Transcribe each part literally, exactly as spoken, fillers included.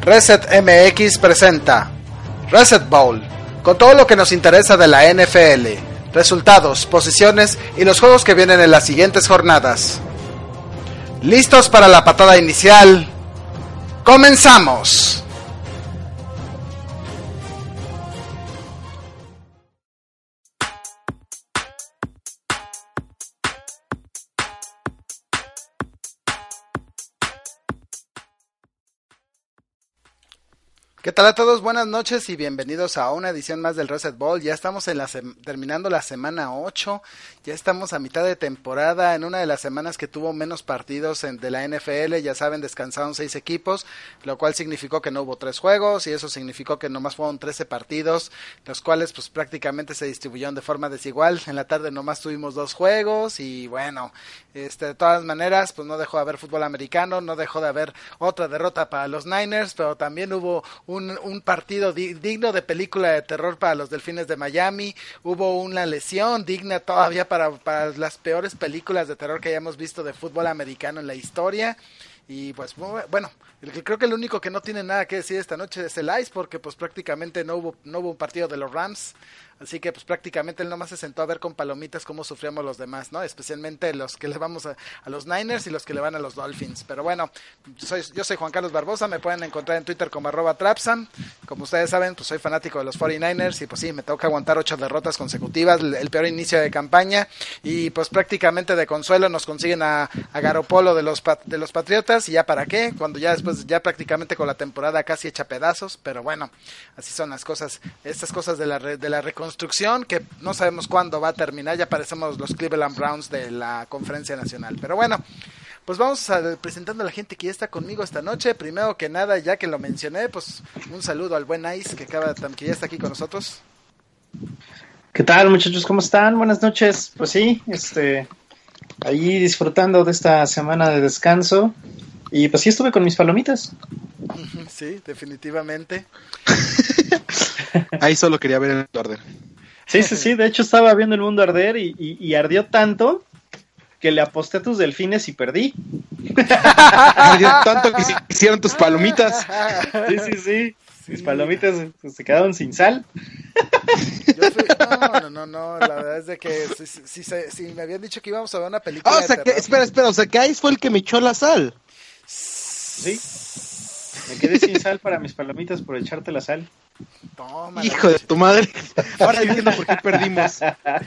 Reset M X presenta Reset Bowl, con todo lo que nos interesa de la N F L, resultados, posiciones y los juegos que vienen en las siguientes jornadas. ¿Listos para la patada inicial? ¡Comenzamos! ¿Qué tal a todos? Buenas noches y bienvenidos a una edición más del Reset Bowl. Ya estamos en la se- terminando la semana ocho, ya estamos a mitad de temporada, en una de las semanas que tuvo menos partidos en, de la N F L. Ya saben, descansaron seis equipos, lo cual significó que no hubo tres juegos, y eso significó que nomás fueron trece partidos, los cuales pues prácticamente se distribuyeron de forma desigual. En la tarde nomás tuvimos dos juegos y bueno, este, de todas maneras pues no dejó de haber fútbol americano, no dejó de haber otra derrota para los Niners, pero también hubo un Un, un partido di, digno de película de terror para los Delfines de Miami. Hubo una lesión digna todavía para, para las peores películas de terror que hayamos visto de fútbol americano en la historia. Y pues bueno, creo que el único que no tiene nada que decir esta noche es el Ice, porque pues prácticamente no hubo, no hubo un partido de los Rams. Así que pues prácticamente él nomás se sentó a ver con palomitas cómo sufríamos los demás, ¿no? Especialmente los que le vamos a, a los Niners y los que le van a los Dolphins. Pero bueno, soy, yo soy Juan Carlos Barbosa, me pueden encontrar en Twitter como arroba Trapsam. Como ustedes saben, pues soy fanático de los cuarenta y nueve ers y pues sí, me toca aguantar ocho derrotas consecutivas, el peor inicio de campaña. Y pues prácticamente de consuelo nos consiguen a, a Garoppolo de los, de los Patriotas. Y ya para qué, cuando ya después, ya prácticamente con la temporada casi hecha pedazos. Pero bueno, así son las cosas, estas cosas de la, de la reconstrucción. Construcción que no sabemos cuándo va a terminar. Ya parecemos los Cleveland Browns de la Conferencia Nacional, pero bueno, pues vamos a presentando a la gente que ya está conmigo esta noche. Primero que nada, ya que lo mencioné, pues un saludo al buen Ice que acaba que ya está aquí con nosotros. ¿Qué tal, muchachos? ¿Cómo están? Buenas noches. Pues sí, este ahí disfrutando de esta semana de descanso. Y pues sí estuve con mis palomitas. Sí, definitivamente. Ahí solo quería ver el mundo arder. Sí, sí, sí, de hecho estaba viendo el mundo arder y, y, y ardió tanto que le aposté a tus delfines y perdí. Ardió tanto que se hicieron tus palomitas. Sí, sí, sí, sí. Mis palomitas se, se quedaron sin sal. Yo fui, no, no, no, no, la verdad es de que si, si, si, si me habían dicho que íbamos a ver una película oh, o sea, de que, terror. espera, espera, o sea, que Ice fue el que me echó la sal. Sí, me quedé sin sal para mis palomitas por echarte la sal. Toma, hijo de tu madre. Ahora entiendo por qué perdimos.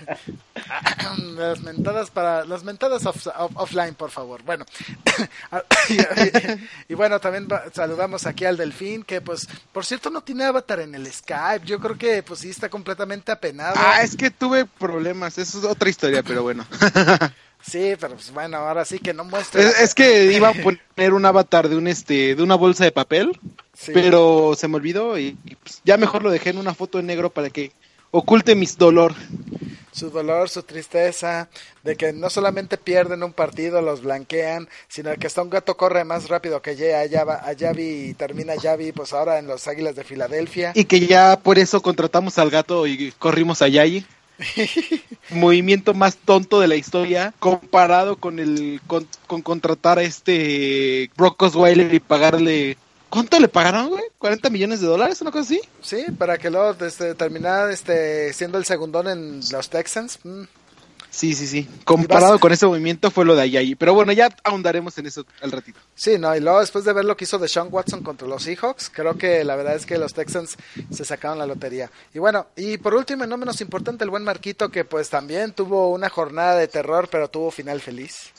Las mentadas para las mentadas off, off, offline, por favor. Bueno, y, y, y bueno, también saludamos aquí al Delfín, que pues por cierto no tiene avatar en el Skype. Yo creo que pues sí está completamente apenado. Ah, es que tuve problemas, eso es otra historia, pero bueno. Sí, pero pues bueno, ahora sí que no muestra. Es, es que iba a poner un avatar de un este de una bolsa de papel, sí, pero se me olvidó y, y pues, ya mejor lo dejé en una foto en negro para que oculte mi dolor. Su dolor, su tristeza, de que no solamente pierden un partido, los blanquean, sino que hasta un gato corre más rápido que llega a Yavi y termina Yavi, pues ahora en los Águilas de Filadelfia. Y que ya por eso contratamos al gato y corrimos a Yayi. Movimiento más tonto de la historia comparado con el con, con contratar a este Brock Osweiler y pagarle. ¿Cuánto le pagaron, güey? ¿cuarenta millones de dólares? ¿Una cosa así? Sí, para que luego este, terminar este, siendo el segundón en los Texans. Mm. Sí, sí, sí. Comparado con ese movimiento fue lo de Ayayi. Pero bueno, ya ahondaremos en eso al ratito. Sí, no, y luego después de ver lo que hizo Deshaun Watson contra los Seahawks, creo que la verdad es que los Texans se sacaron la lotería. Y bueno, y por último y no menos importante, el buen Marquito, que pues también tuvo una jornada de terror, pero tuvo final feliz.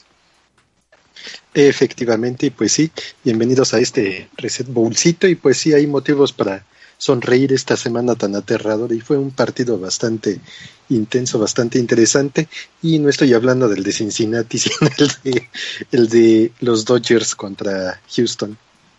Efectivamente, pues sí, bienvenidos a este Reset Bowlcito, y pues sí, hay motivos para sonreír esta semana tan aterradora, y fue un partido bastante intenso, bastante interesante, y no estoy hablando del de Cincinnati, sino el de, el de los Dodgers contra Houston.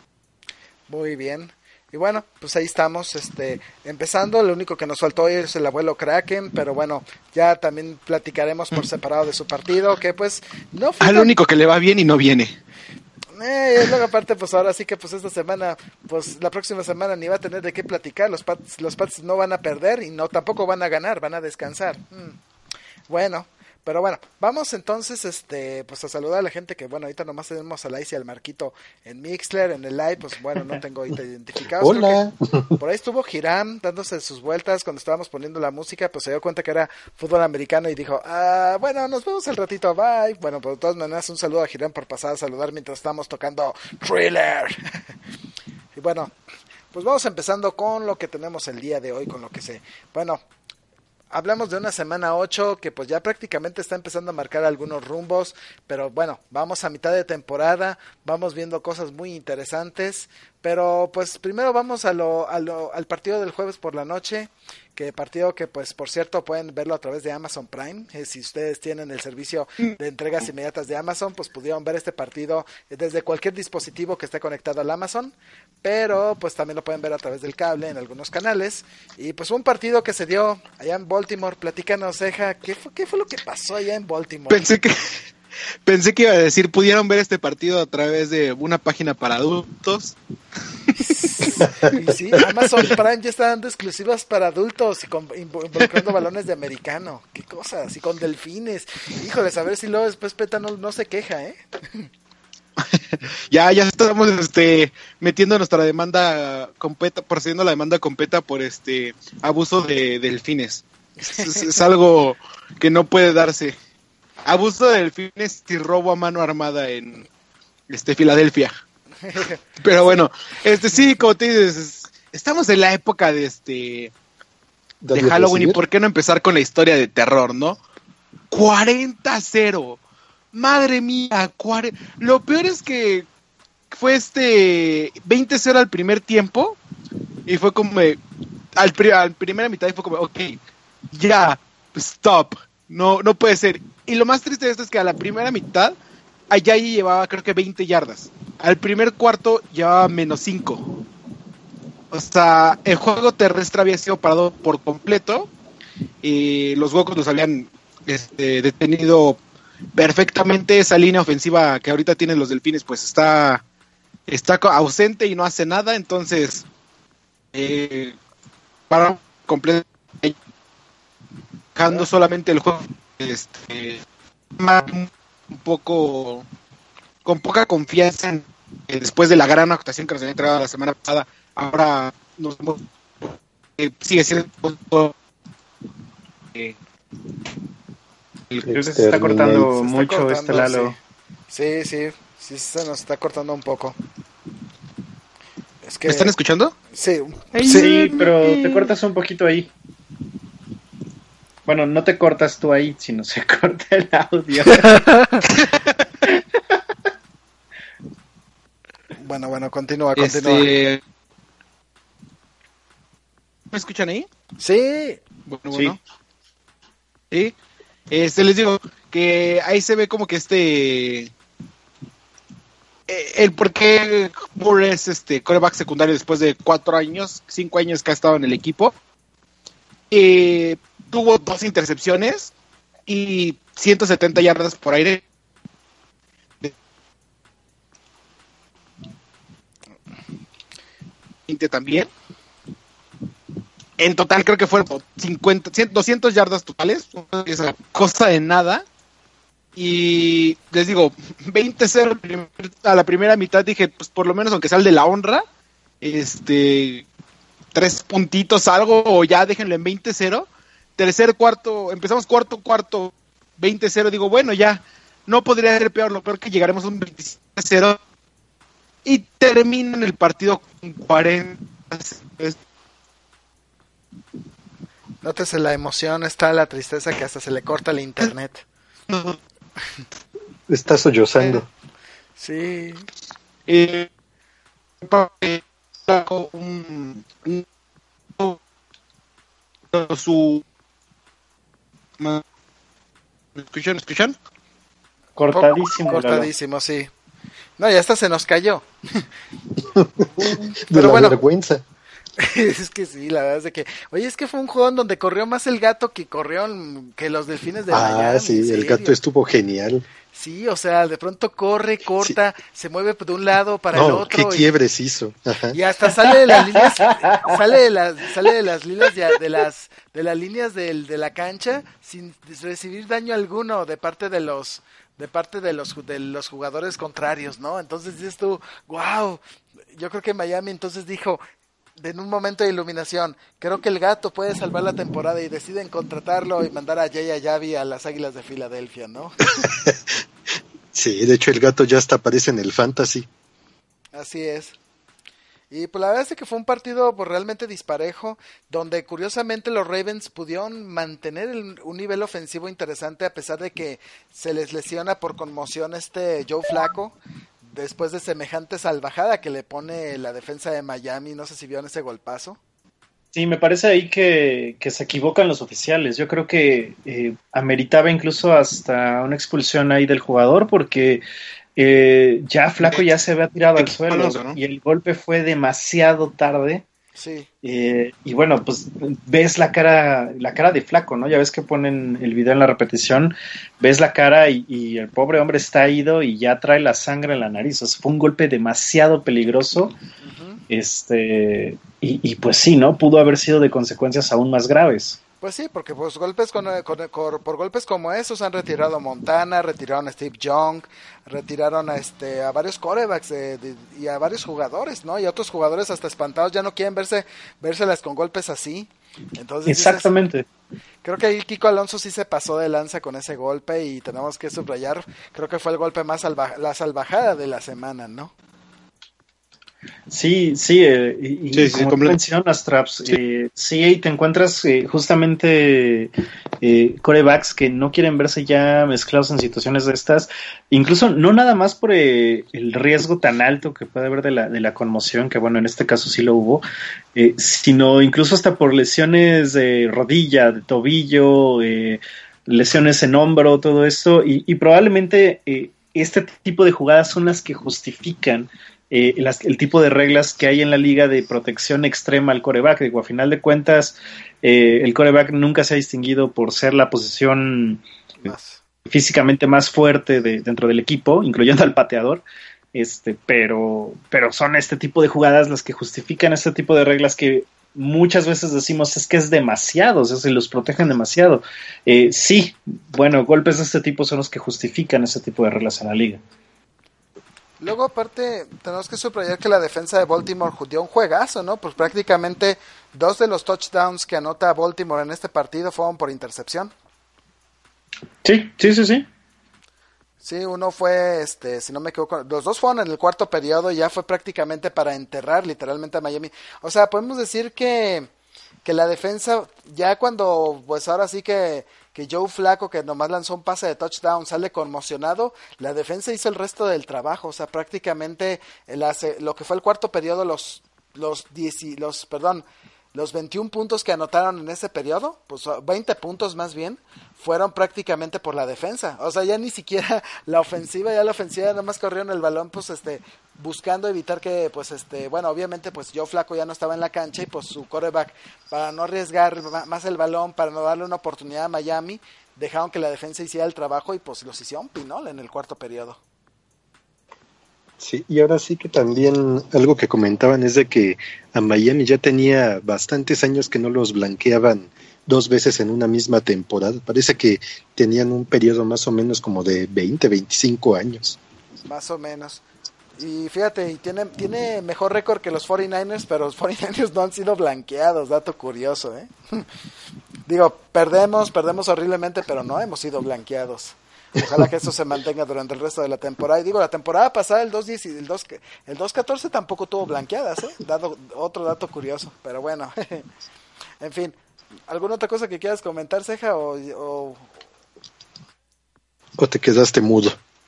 Muy bien. Y bueno, pues ahí estamos, este, empezando. Lo único que nos faltó hoy es el abuelo Kraken, pero bueno, ya también platicaremos por separado de su partido, que pues no fue al tan... único que le va bien y no viene. Eh, luego aparte, pues ahora sí que pues esta semana, pues la próxima semana ni va a tener de qué platicar. Los Pats, los Pats no van a perder y no tampoco van a ganar, van a descansar. Hmm. Bueno, Pero bueno, vamos entonces este pues a saludar a la gente que, bueno, ahorita nomás tenemos a Laisy y al Marquito en Mixler, en el live, pues bueno, no tengo ahorita identificados. Hola. Por ahí estuvo Hiram dándose sus vueltas cuando estábamos poniendo la música, pues se dio cuenta que era fútbol americano y dijo, ah, bueno, nos vemos al ratito, bye. Bueno, pues de todas maneras un saludo a Hiram por pasar a saludar mientras estamos tocando Thriller. Y bueno, pues vamos empezando con lo que tenemos el día de hoy, con lo que se... Bueno... Hablamos de una semana ocho que pues ya prácticamente está empezando a marcar algunos rumbos, pero bueno, vamos a mitad de temporada, vamos viendo cosas muy interesantes, pero pues primero vamos a lo, a lo, al partido del jueves por la noche, que partido que pues por cierto pueden verlo a través de Amazon Prime, eh, si ustedes tienen el servicio de entregas inmediatas de Amazon, pues pudieron ver este partido desde cualquier dispositivo que esté conectado al Amazon, pero pues también lo pueden ver a través del cable en algunos canales, y pues un partido que se dio allá en Baltimore. Platícanos, Eja, ¿qué fue, qué fue lo que pasó allá en Baltimore? Pensé que pensé que iba a decir, pudieron ver este partido a través de una página para adultos. Y sí, Amazon Prime ya está dando exclusivas para adultos y con, involucrando balones de americano. Qué cosas, y con delfines. Híjoles, a ver si luego después Peta no, no se queja, ¿eh? ya, ya estamos este metiendo nuestra demanda con PETA, procediendo a la demanda con PETA por este abuso de delfines. Es, es, es algo que no puede darse. Abuso de delfines y robo a mano armada en este Filadelfia. Pero bueno, este sí, como te dices, estamos en la época de este de Halloween, y por qué no empezar con la historia de terror, ¿no? cuarenta a cero. Madre mía, cuarenta. Lo peor es que fue este veinte a cero al primer tiempo y fue como al, pri al primera mitad y fue como, ok, ya, stop, no, no puede ser. Y lo más triste de esto es que a la primera mitad allá llevaba creo que veinte yardas. Al primer cuarto llevaba menos cinco. O sea, el juego terrestre había sido parado por completo. Y los huecos los habían este, detenido perfectamente. Esa línea ofensiva que ahorita tienen los Delfines pues está, está ausente y no hace nada. Entonces, eh, para completo, dejando solamente el juego este, un poco con poca confianza en, eh, después de la gran actuación que nos había entregado la semana pasada. Ahora nos eh, sigue siendo eh, creo que se está cortando se está mucho cortando, este Lalo. Sí. sí, sí, sí se nos está cortando un poco. Es que... ¿Me están escuchando? Sí, sí, sí, pero te cortas un poquito ahí. Bueno, no te cortas tú ahí, sino se corta el audio. Bueno, bueno, continúa, continúa. Este... ¿Me escuchan ahí? Sí. Bueno, bueno. Sí. ¿Sí? Este, les digo que ahí se ve como que este... El por qué Moore es este quarterback secundario después de cuatro años, cinco años que ha estado en el equipo. Eh, tuvo dos intercepciones y ciento setenta yardas por aire. También. En total creo que fueron cincuenta, cien, doscientas yardas totales, esa cosa de nada. Y les digo, veinte a cero a la primera mitad, dije, pues por lo menos aunque sea el de la honra, este, tres puntitos algo, o ya déjenlo en veinte a cero. Tercer cuarto, empezamos cuarto, cuarto, veinte a cero, digo, bueno, ya, no podría ser peor, lo peor que llegaremos a un veintisiete a cero. Y terminan el partido con cuarenta. Nótese la emoción, está la tristeza que hasta se le corta el internet. Está sollozando. Sí. Eh, un, un, su ¿me escuchan? ¿Me escuchan? Cortadísimo. Cortadísimo, sí. No, ya hasta se nos cayó. De Pero la bueno, vergüenza. Es que sí, la verdad es de que, oye, es que fue un juego en donde corrió más el gato que corrió que los delfines de Ah, Miami. sí, el gato estuvo genial. Sí, o sea, de pronto corre, corta, sí. Se mueve de un lado para no, el otro. Qué quiebres y, hizo. Ajá. Y hasta sale de las líneas, sale de las, sale de las líneas de, de las, de las líneas del, de la cancha sin recibir daño alguno de parte de los, de parte de los, de los jugadores contrarios, ¿no? Entonces dices tú, wow, yo creo que Miami entonces dijo, en un momento de iluminación, creo que el gato puede salvar la temporada y deciden contratarlo y mandar a Jay Ayavi a las Águilas de Filadelfia, ¿no? Sí, de hecho el gato ya hasta aparece en el fantasy. Así es. Y pues la verdad es que fue un partido pues, realmente disparejo, donde curiosamente los Ravens pudieron mantener el, un nivel ofensivo interesante a pesar de que se les lesiona por conmoción este Joe Flacco. Después de semejante salvajada que le pone la defensa de Miami, no sé si vieron ese golpazo. Sí, me parece ahí que, que se equivocan los oficiales. Yo creo que eh, ameritaba incluso hasta una expulsión ahí del jugador porque eh, ya Flaco ya se había tirado al suelo, ¿no? Y el golpe fue demasiado tarde. Sí. Eh, y bueno, pues ves la cara, la cara de Flaco, ¿no? Ya ves que ponen el video en la repetición, ves la cara y, y el pobre hombre está ido y ya trae la sangre en la nariz. O sea, fue un golpe demasiado peligroso. Uh-huh. Este, y, y pues sí, ¿no? Pudo haber sido de consecuencias aún más graves. Pues sí, porque pues golpes con, con, con, por golpes como esos han retirado a Montana, retiraron a Steve Young, retiraron a este a varios quarterbacks eh, de, y a varios jugadores, ¿no? Y otros jugadores hasta espantados ya no quieren verse vérselas con golpes así. Entonces exactamente. Dices, creo que ahí Kiko Alonso sí se pasó de lanza con ese golpe y tenemos que subrayar, creo que fue el golpe más salva, la salvajada de la semana, ¿no? Sí, sí, eh, y, sí, y sí, como mencionas, Traps, sí, eh, sí te encuentras eh, justamente eh, corebacks que no quieren verse ya mezclados en situaciones de estas, incluso no nada más por eh, el riesgo tan alto que puede haber de la, de la conmoción, que bueno, en este caso sí lo hubo, eh, sino incluso hasta por lesiones de rodilla, de tobillo, eh, lesiones en hombro, todo esto, y, y probablemente eh, este tipo de jugadas son las que justifican Eh, las, el tipo de reglas que hay en la liga de protección extrema al quarterback. Digo, a final de cuentas, eh, el quarterback nunca se ha distinguido por ser la posición más. físicamente más fuerte de, dentro del equipo, incluyendo al pateador, este, pero, pero son este tipo de jugadas las que justifican este tipo de reglas que muchas veces decimos es que es demasiado, o sea, se los protegen demasiado. Eh, sí, bueno, golpes de este tipo son los que justifican ese tipo de reglas en la liga. Luego, aparte, tenemos que subrayar que la defensa de Baltimore dio un juegazo, ¿no? Pues prácticamente dos de los touchdowns que anota Baltimore en este partido fueron por intercepción. Sí, sí, sí, sí. Sí, uno fue, este, si no me equivoco, los dos fueron en el cuarto periodo y ya fue prácticamente para enterrar literalmente a Miami. O sea, podemos decir que, que la defensa, ya cuando, pues ahora sí que... que Joe Flacco, que nomás lanzó un pase de touchdown, sale conmocionado, la defensa hizo el resto del trabajo, o sea, prácticamente el hace, lo que fue el cuarto periodo, los los diez, los perdón, los veintiún puntos que anotaron en ese periodo, pues veinte puntos más bien, fueron prácticamente por la defensa, o sea, ya ni siquiera la ofensiva, ya la ofensiva nomás corrieron el balón, pues este, buscando evitar que, pues este, bueno, obviamente pues Joe Flacco ya no estaba en la cancha y pues su quarterback, para no arriesgar más el balón, para no darle una oportunidad a Miami, dejaron que la defensa hiciera el trabajo y pues los hicieron pinol en el cuarto periodo. Sí, y ahora sí que también algo que comentaban es de que a Miami ya tenía bastantes años que no los blanqueaban dos veces en una misma temporada. Parece que tenían un periodo más o menos como de veinte, veinticinco años. Más o menos. Y fíjate, y tiene, tiene mejor récord que los cuarenta y nueve ers, pero los cuarenta y nueve ers no han sido blanqueados, dato curioso, ¿eh? Digo, perdemos, perdemos horriblemente, pero no hemos sido blanqueados. Ojalá que eso se mantenga durante el resto de la temporada. Y digo, la temporada pasada, el dos diez y el dos, el dos catorce tampoco tuvo blanqueadas, ¿eh? Dado, otro dato curioso, pero bueno. En fin, ¿alguna otra cosa que quieras comentar, Ceja? O, o... ¿O te quedaste mudo?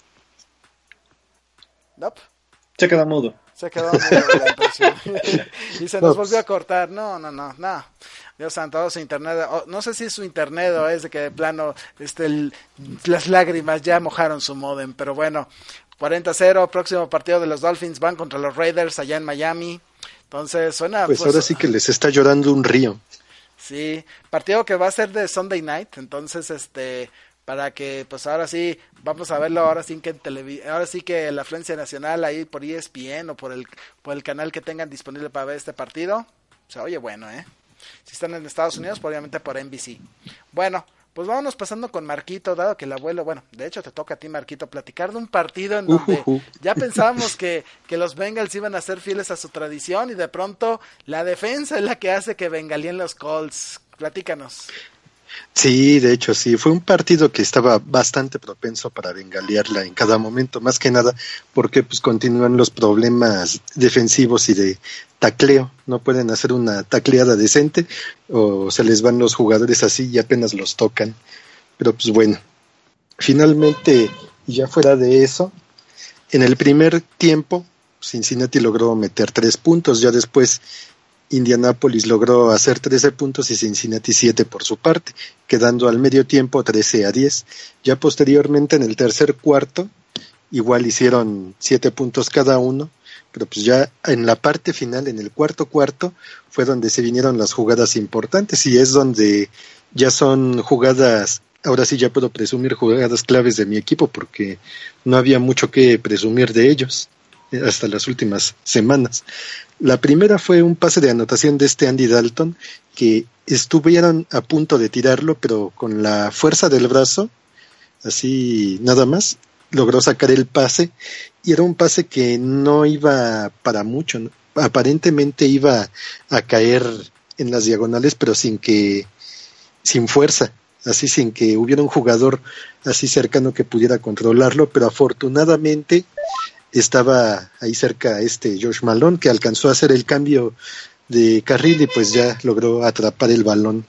Nope. Se quedó mudo. Se quedó mudo la impresión. Y se nos volvió a cortar. No, no, no, no. Dios santo, su internet, oh, no sé si es su internet o es de que de plano este, el, las lágrimas ya mojaron su modem, pero bueno, cuarenta a cero, próximo partido de los Dolphins van contra los Raiders allá en Miami. Entonces suena... Pues, pues ahora sí que les está llorando un río. Sí, partido que va a ser de Sunday Night, entonces este... para que pues ahora sí vamos a verlo ahora sí que en televi- ahora sí que la afluencia nacional ahí por E S P N o por el por el canal que tengan disponible para ver este partido. Se oye bueno, eh. Si están en Estados Unidos, pues, obviamente por N B C. Bueno, pues vámonos pasando con Marquito, dado que el abuelo, bueno, de hecho te toca a ti, Marquito, platicar de un partido en donde Uh, uh, uh. ya pensábamos que, que los Bengals iban a ser fieles a su tradición y de pronto la defensa es la que hace que bengalíen los Colts. Platícanos. Sí, de hecho sí, fue un partido que estaba bastante propenso para bengalearla en cada momento, más que nada porque pues continúan los problemas defensivos y de tacleo, no pueden hacer una tacleada decente o se les van los jugadores así y apenas los tocan, pero pues bueno, finalmente, y ya fuera de eso, en el primer tiempo Cincinnati logró meter tres puntos, ya después Indianapolis logró hacer trece puntos y Cincinnati siete por su parte, quedando al medio tiempo trece a diez. Ya posteriormente en el tercer cuarto, igual hicieron siete puntos cada uno, pero pues ya en la parte final, en el cuarto cuarto, fue donde se vinieron las jugadas importantes y es donde ya son jugadas, ahora sí ya puedo presumir jugadas claves de mi equipo porque no había mucho que presumir de ellos hasta las últimas semanas. La primera fue un pase de anotación de este Andy Dalton que estuvieron a punto de tirarlo, pero con la fuerza del brazo, así nada más, logró sacar el pase y era un pase que no iba para mucho, ¿no? Aparentemente iba a caer en las diagonales, pero sin que, sin fuerza, así sin que hubiera un jugador así cercano que pudiera controlarlo, pero afortunadamente estaba ahí cerca este Josh Malone que alcanzó a hacer el cambio de carril y pues ya logró atrapar el balón.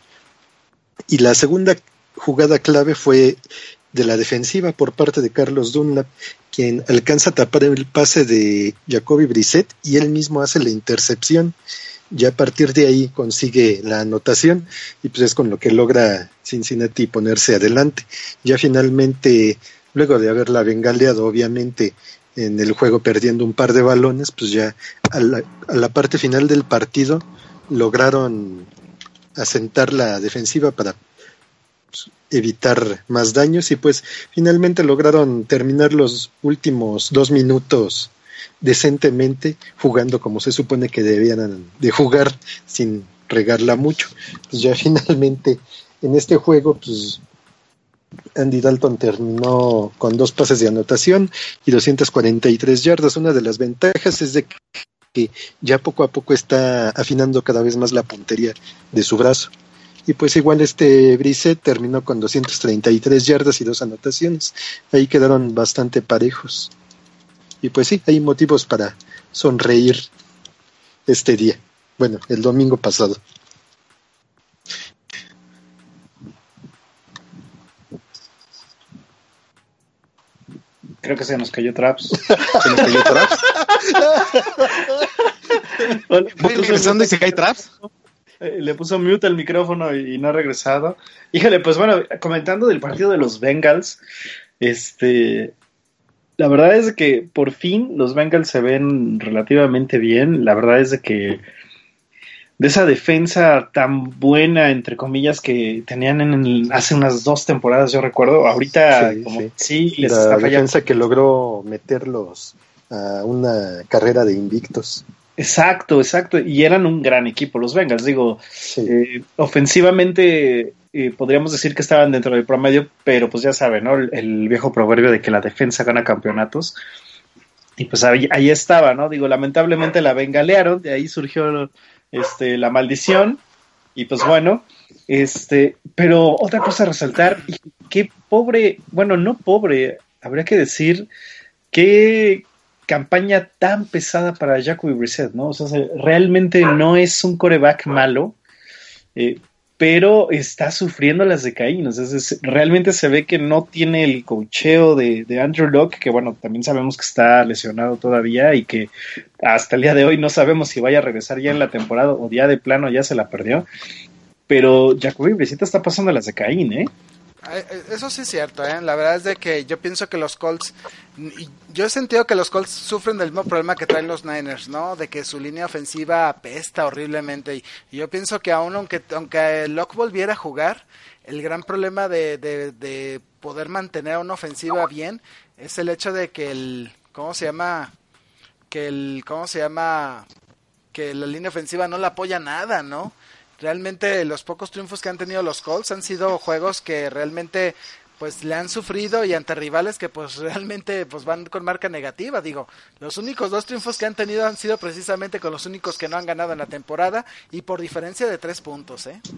Y la segunda jugada clave fue de la defensiva por parte de Carlos Dunlap, quien alcanza a tapar el pase de Jacoby Brissett y él mismo hace la intercepción. Ya a partir de ahí consigue la anotación y pues es con lo que logra Cincinnati ponerse adelante. Ya finalmente, luego de haberla bengaleado obviamente en el juego perdiendo un par de balones, pues ya a la, a la parte final del partido lograron asentar la defensiva para pues, evitar más daños y pues finalmente lograron terminar los últimos dos minutos decentemente, jugando como se supone que debían de jugar sin regarla mucho. Pues ya finalmente en este juego pues Andy Dalton terminó con dos pases de anotación y doscientas cuarenta y tres yardas. Una de las ventajas es de que ya poco a poco está afinando cada vez más la puntería de su brazo. Y pues igual este Brissett terminó con doscientas treinta y tres yardas y dos anotaciones. Ahí quedaron bastante parejos. Y pues sí, hay motivos para sonreír este día. Bueno, el domingo pasado. Creo que se nos cayó Traps. Se nos cayó Traps. ¿Voy regresando y se cae Traps? Le puso mute el micrófono y no ha regresado. Híjole, pues bueno, comentando del partido de los Bengals, este, la verdad es que por fin los Bengals se ven relativamente bien. La verdad es de que de esa defensa tan buena, entre comillas, que tenían en el, hace unas dos temporadas, yo recuerdo, ahorita sí, como sí. sí les la está fallando. defensa que logró meterlos a una carrera de invictos. Exacto, exacto, y eran un gran equipo los Bengals, digo, Sí. eh, ofensivamente eh, podríamos decir que estaban dentro del promedio, pero pues ya saben, ¿no? El, el viejo proverbio de que la defensa gana campeonatos, y pues ahí, ahí estaba, ¿no? Digo, lamentablemente la bengalearon, de ahí surgió este, la maldición, y pues bueno, este, pero otra cosa a resaltar, y qué pobre, bueno, no pobre, habría que decir que campaña tan pesada para Jacoby Brissett, ¿no? O sea, realmente no es un quarterback malo, eh, pero está sufriendo las de Caín. O sea, es, realmente se ve que no tiene el coacheo de, de Andrew Luck, que bueno, también sabemos que está lesionado todavía y que hasta el día de hoy no sabemos si vaya a regresar ya en la temporada o ya de plano ya se la perdió. Pero Jacoby Brissett está pasando las de Caín, ¿eh? Eso sí es cierto, ¿eh? La verdad es de que yo pienso que los Colts, yo he sentido que los Colts sufren del mismo problema que traen los Niners, ¿no? De que su línea ofensiva apesta horriblemente y, y yo pienso que aún aunque aunque Locke volviera a jugar, el gran problema de, de, de poder mantener una ofensiva bien es el hecho de que el, ¿cómo se llama? Que el, ¿cómo se llama? Que la línea ofensiva no la apoya nada, ¿no? Realmente los pocos triunfos que han tenido los Colts han sido juegos que realmente pues le han sufrido y ante rivales que pues realmente pues van con marca negativa. Digo, los únicos dos triunfos que han tenido han sido precisamente con los únicos que no han ganado en la temporada y por diferencia de tres puntos, ¿eh?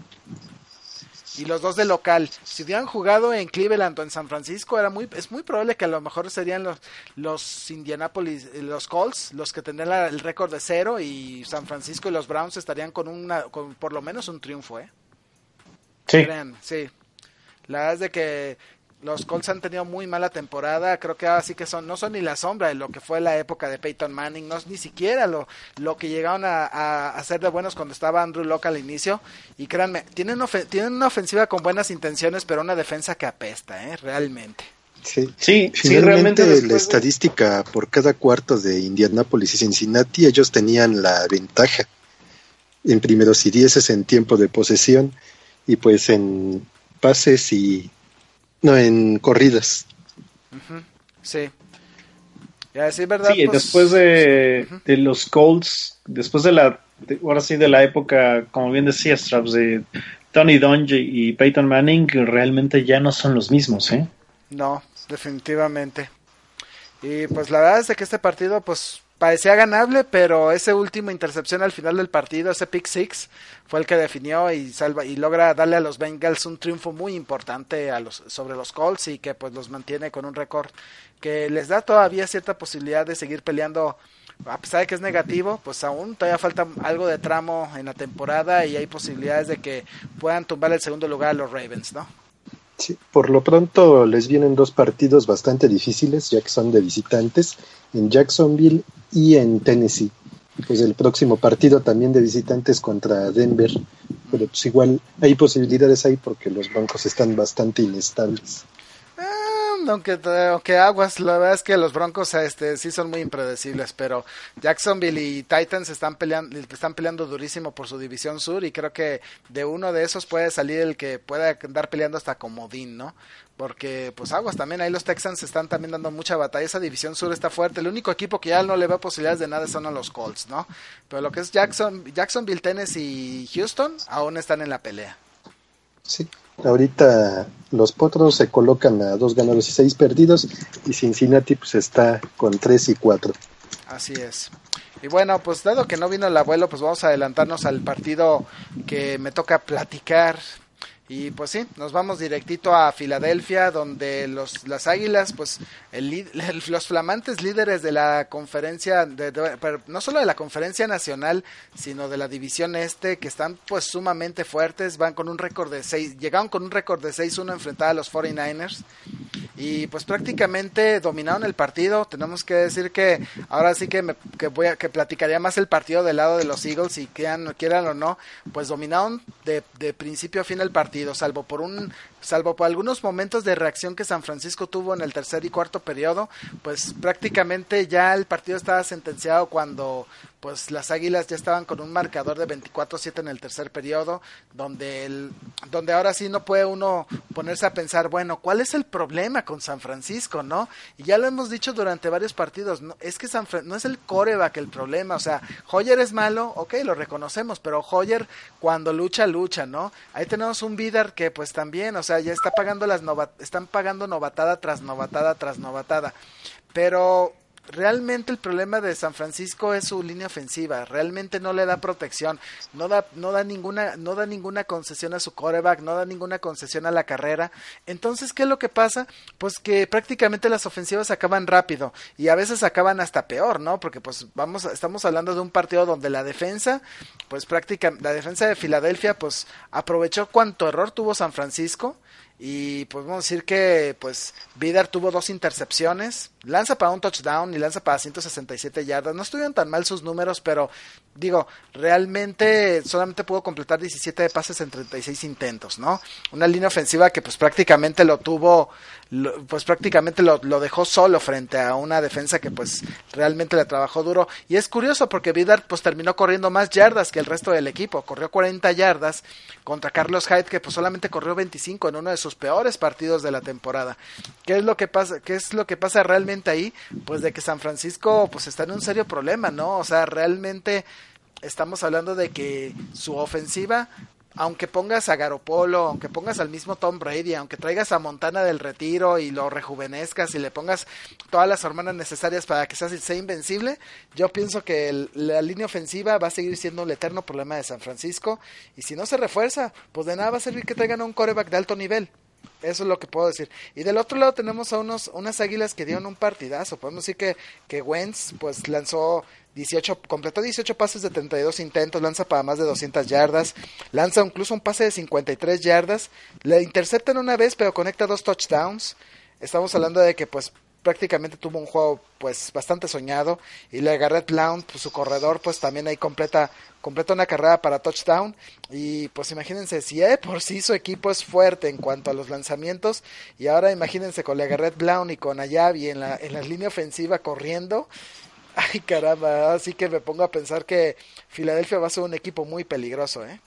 Y los dos de local. Si hubieran jugado en Cleveland o en San Francisco, era muy es muy probable que a lo mejor serían los los Indianapolis, los Colts, los que tendrían la, el récord de cero y San Francisco y los Browns estarían con una con por lo menos un triunfo, ¿eh? Sí. Crean, sí. La verdad es de que los Colts han tenido muy mala temporada, creo que ahora sí que son, no son ni la sombra de lo que fue la época de Peyton Manning, no es ni siquiera lo, lo que llegaron a, a hacer de buenos cuando estaba Andrew Luck al inicio, y créanme, tienen, ofen- tienen una ofensiva con buenas intenciones, pero una defensa que apesta, ¿eh? Realmente. Sí, Sí, sí, finalmente realmente la después de- estadística por cada cuarto de Indianapolis y Cincinnati, ellos tenían la ventaja en primeros y dieces en tiempo de posesión y pues en pases y no en corridas. Uh-huh. Sí. Y así, ¿verdad? Sí, Pues, después de, uh-huh. de los Colts, después de la, de- ahora sí, de la época, como bien decías, Traps, de Tony Dungy y Peyton Manning, realmente ya no son los mismos, ¿eh? No, definitivamente. Y pues la verdad es de que este partido pues parecía ganable, pero ese último intercepción al final del partido, ese pick six, fue el que definió y salva y logra darle a los Bengals un triunfo muy importante a los sobre los Colts y que pues los mantiene con un récord que les da todavía cierta posibilidad de seguir peleando. A pesar de que es negativo, pues aún todavía falta algo de tramo en la temporada y hay posibilidades de que puedan tumbar el segundo lugar a los Ravens, ¿no? Sí, por lo pronto les vienen dos partidos bastante difíciles, ya que son de visitantes, en Jacksonville y en Tennessee. Pues el próximo partido también de visitantes contra Denver, pero pues igual hay posibilidades ahí porque los Broncos están bastante inestables. Aunque, aunque aguas, la verdad es que los Broncos este sí son muy impredecibles, pero Jacksonville y Titans están peleando, están peleando durísimo por su división sur y creo que de uno de esos puede salir el que pueda andar peleando hasta comodín, ¿no? Porque pues aguas también, ahí los Texans están también dando mucha batalla, esa división sur está fuerte, el único equipo que ya no le ve posibilidades de nada son a los Colts, ¿no? Pero lo que es Jackson, Jacksonville, Tennessee y Houston aún están en la pelea. Sí, ahorita los Potros se colocan a dos ganados y seis perdidos y Cincinnati pues está con tres y cuatro. Así es. Y bueno, pues dado que no vino el abuelo, pues vamos a adelantarnos al partido que me toca platicar. Y pues sí, nos vamos directito a Filadelfia, donde los las Águilas, pues el, el, los flamantes líderes de la conferencia, de, de, pero no solo de la conferencia nacional, sino de la división este, que están pues sumamente fuertes, van con un récord de seis, llegaron con un récord de seis uno a enfrentar a los cuarenta y nueve ers. Y pues prácticamente dominaron el partido. Tenemos que decir que ahora sí que me que voy a que platicaría más el partido del lado de los Eagles y quieran, quieran o no, pues dominaron de, de principio a fin el partido, salvo por un salvo por algunos momentos de reacción que San Francisco tuvo en el tercer y cuarto periodo, pues prácticamente ya el partido estaba sentenciado cuando pues las Águilas ya estaban con un marcador de veinticuatro a siete en el tercer periodo, donde el, donde ahora sí no puede uno ponerse a pensar, bueno, ¿cuál es el problema con San Francisco, no? Y ya lo hemos dicho durante varios partidos, no, es que San Fran- no es el quarterback el problema, o sea, Hoyer es malo, ok, lo reconocemos, pero Hoyer cuando lucha, lucha, ¿no? Ahí tenemos un Vidar que pues también, o sea, ya está pagando las novat- están pagando novatada tras novatada tras novatada, pero realmente el problema de San Francisco es su línea ofensiva, realmente no le da protección, no da, no da ninguna, no da ninguna concesión a su quarterback, no da ninguna concesión a la carrera. Entonces, ¿qué es lo que pasa? Pues que prácticamente las ofensivas acaban rápido y a veces acaban hasta peor, ¿no? Porque pues vamos, estamos hablando de un partido donde la defensa, pues prácticamente, la defensa de Filadelfia, pues aprovechó cuánto error tuvo San Francisco. y pues vamos a decir que pues Vidar tuvo dos intercepciones, lanza para un touchdown y lanza para ciento sesenta y siete yardas, no estuvieron tan mal sus números, pero digo, realmente solamente pudo completar diecisiete pases en treinta y seis intentos, ¿no? Una línea ofensiva que pues prácticamente lo tuvo, lo, pues prácticamente lo, lo dejó solo frente a una defensa que pues realmente le trabajó duro, y es curioso porque Vidar pues terminó corriendo más yardas que el resto del equipo, corrió cuarenta yardas contra Carlos Hyde, que pues solamente corrió veinticinco en uno de sus peores partidos de la temporada. ¿Qué es lo que pasa? ¿Qué es lo que pasa realmente ahí? Pues de que San Francisco pues está en un serio problema, ¿no? O sea, realmente estamos hablando de que su ofensiva, aunque pongas a Garoppolo, aunque pongas al mismo Tom Brady, aunque traigas a Montana del retiro y lo rejuvenezcas y le pongas todas las hormonas necesarias para que sea, sea invencible, yo pienso que el, la línea ofensiva va a seguir siendo el eterno problema de San Francisco, y si no se refuerza, pues de nada va a servir que traigan a un quarterback de alto nivel. Eso es lo que puedo decir. Y del otro lado tenemos a unos unas Águilas que dieron un partidazo. Podemos decir que, que Wentz pues lanzó dieciocho, completó dieciocho pases de treinta y dos intentos, lanza para más de doscientas yardas, lanza incluso un pase de cincuenta y tres yardas, le interceptan una vez pero conecta dos touchdowns. Estamos hablando de que pues prácticamente tuvo un juego pues bastante soñado, y le Garrett Blount, pues su corredor, pues también ahí completa completa una carrera para touchdown. Y pues imagínense, si de por sí su equipo es fuerte en cuanto a los lanzamientos, y ahora imagínense con Garrett Blount y con Ayabi en la en la línea ofensiva corriendo, ay caramba, así que me pongo a pensar que Filadelfia va a ser un equipo muy peligroso, ¿eh?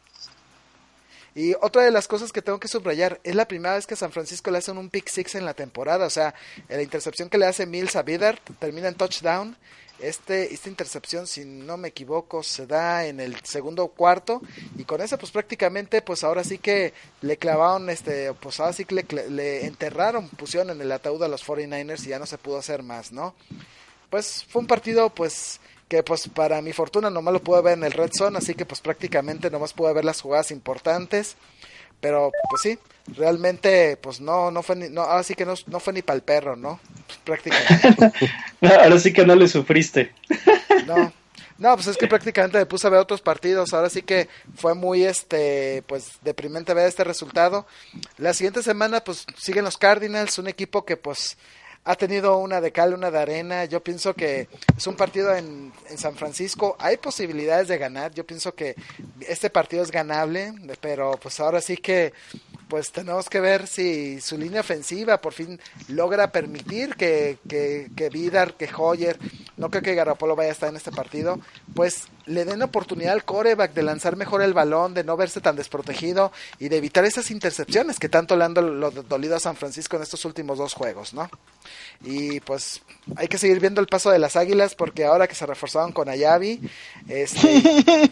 Y otra de las cosas que tengo que subrayar, es la primera vez que San Francisco le hacen un pick six en la temporada, o sea, la intercepción que le hace Mills a Vidar termina en touchdown. Este, esta intercepción, si no me equivoco, se da en el segundo cuarto, y con eso pues prácticamente pues ahora sí que le clavaron, este pues ahora sí que le, le enterraron, pusieron en el ataúd a los cuarenta y nueve ers y ya no se pudo hacer más, ¿no? Pues fue un partido pues que pues para mi fortuna nomás lo pude ver en el Red Zone, así que pues prácticamente nomás pude ver las jugadas importantes, pero pues sí, realmente pues no no fue ni, no, ahora sí que no, no fue ni para el perro, ¿no? Pues, prácticamente. No, ahora sí que no le sufriste. No, no, pues es que prácticamente me puse a ver otros partidos, ahora sí que fue muy este pues deprimente ver este resultado. La siguiente semana pues siguen los Cardinals, un equipo que pues ha tenido una de cal, una de arena. Yo pienso que es un partido en, en San Francisco, hay posibilidades de ganar, yo pienso que este partido es ganable, pero pues ahora sí que pues tenemos que ver si su línea ofensiva por fin logra permitir que, que, que Vidar, que Hoyer, no creo que Garoppolo vaya a estar en este partido, pues le den oportunidad al quarterback de lanzar mejor el balón, de no verse tan desprotegido y de evitar esas intercepciones que tanto le han dolido a San Francisco en estos últimos dos juegos, ¿no? Y pues hay que seguir viendo el paso de las Águilas, porque ahora que se reforzaron con Ayabi, este...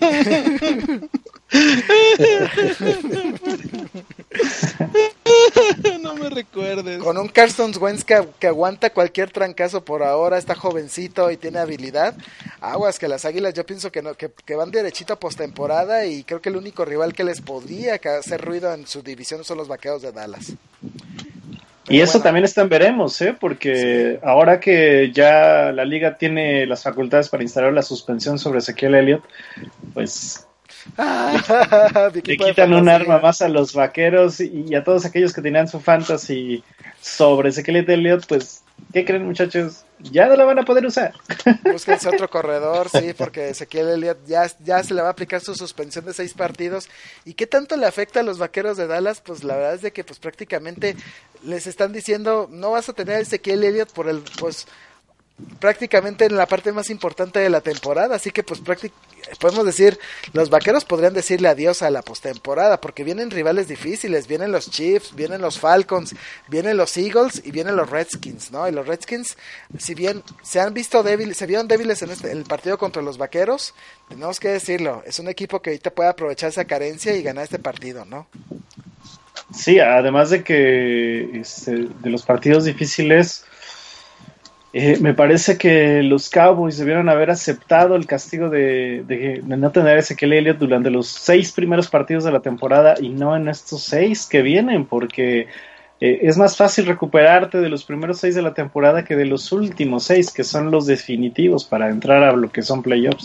No me recuerdes. Con un Carson Wentz que, que aguanta cualquier trancazo por ahora, está jovencito y tiene habilidad. Aguas que las Águilas yo pienso que no, que, que van derechito a postemporada, y creo que el único rival que les podría hacer ruido en su división son los Vaqueros de Dallas. Pero y eso bueno, también está en veremos, ¿eh? Porque sí, ahora que ya la liga tiene las facultades para instalar la suspensión sobre Ezequiel Elliott, pues le quitan un arma más a los Vaqueros y, y a todos aquellos que tenían su fantasy sobre Ezequiel Elliott, pues, ¿qué creen, muchachos? Ya no la van a poder usar. Búsquense otro corredor, sí, porque Ezequiel Elliott ya, ya se le va a aplicar su suspensión de seis partidos. ¿Y qué tanto le afecta a los Vaqueros de Dallas? Pues la verdad es de que pues prácticamente les están diciendo, no vas a tener a Ezequiel Elliott por el, pues, prácticamente en la parte más importante de la temporada, así que pues prácticamente podemos decir, los Vaqueros podrían decirle adiós a la postemporada, porque vienen rivales difíciles, vienen los Chiefs, vienen los Falcons, vienen los Eagles y vienen los Redskins, ¿no? Y los Redskins, si bien se han visto débiles, se vieron débiles en, este, en el partido contra los Vaqueros, tenemos que decirlo, es un equipo que ahorita puede aprovechar esa carencia y ganar este partido, ¿no? Sí, además de que este, de los partidos difíciles, Eh, me parece que los Cowboys debieron haber aceptado el castigo de, de, de no tener a Ezequiel Elliott durante los seis primeros partidos de la temporada y no en estos seis que vienen, porque eh, es más fácil recuperarte de los primeros seis de la temporada que de los últimos seis, que son los definitivos para entrar a lo que son playoffs.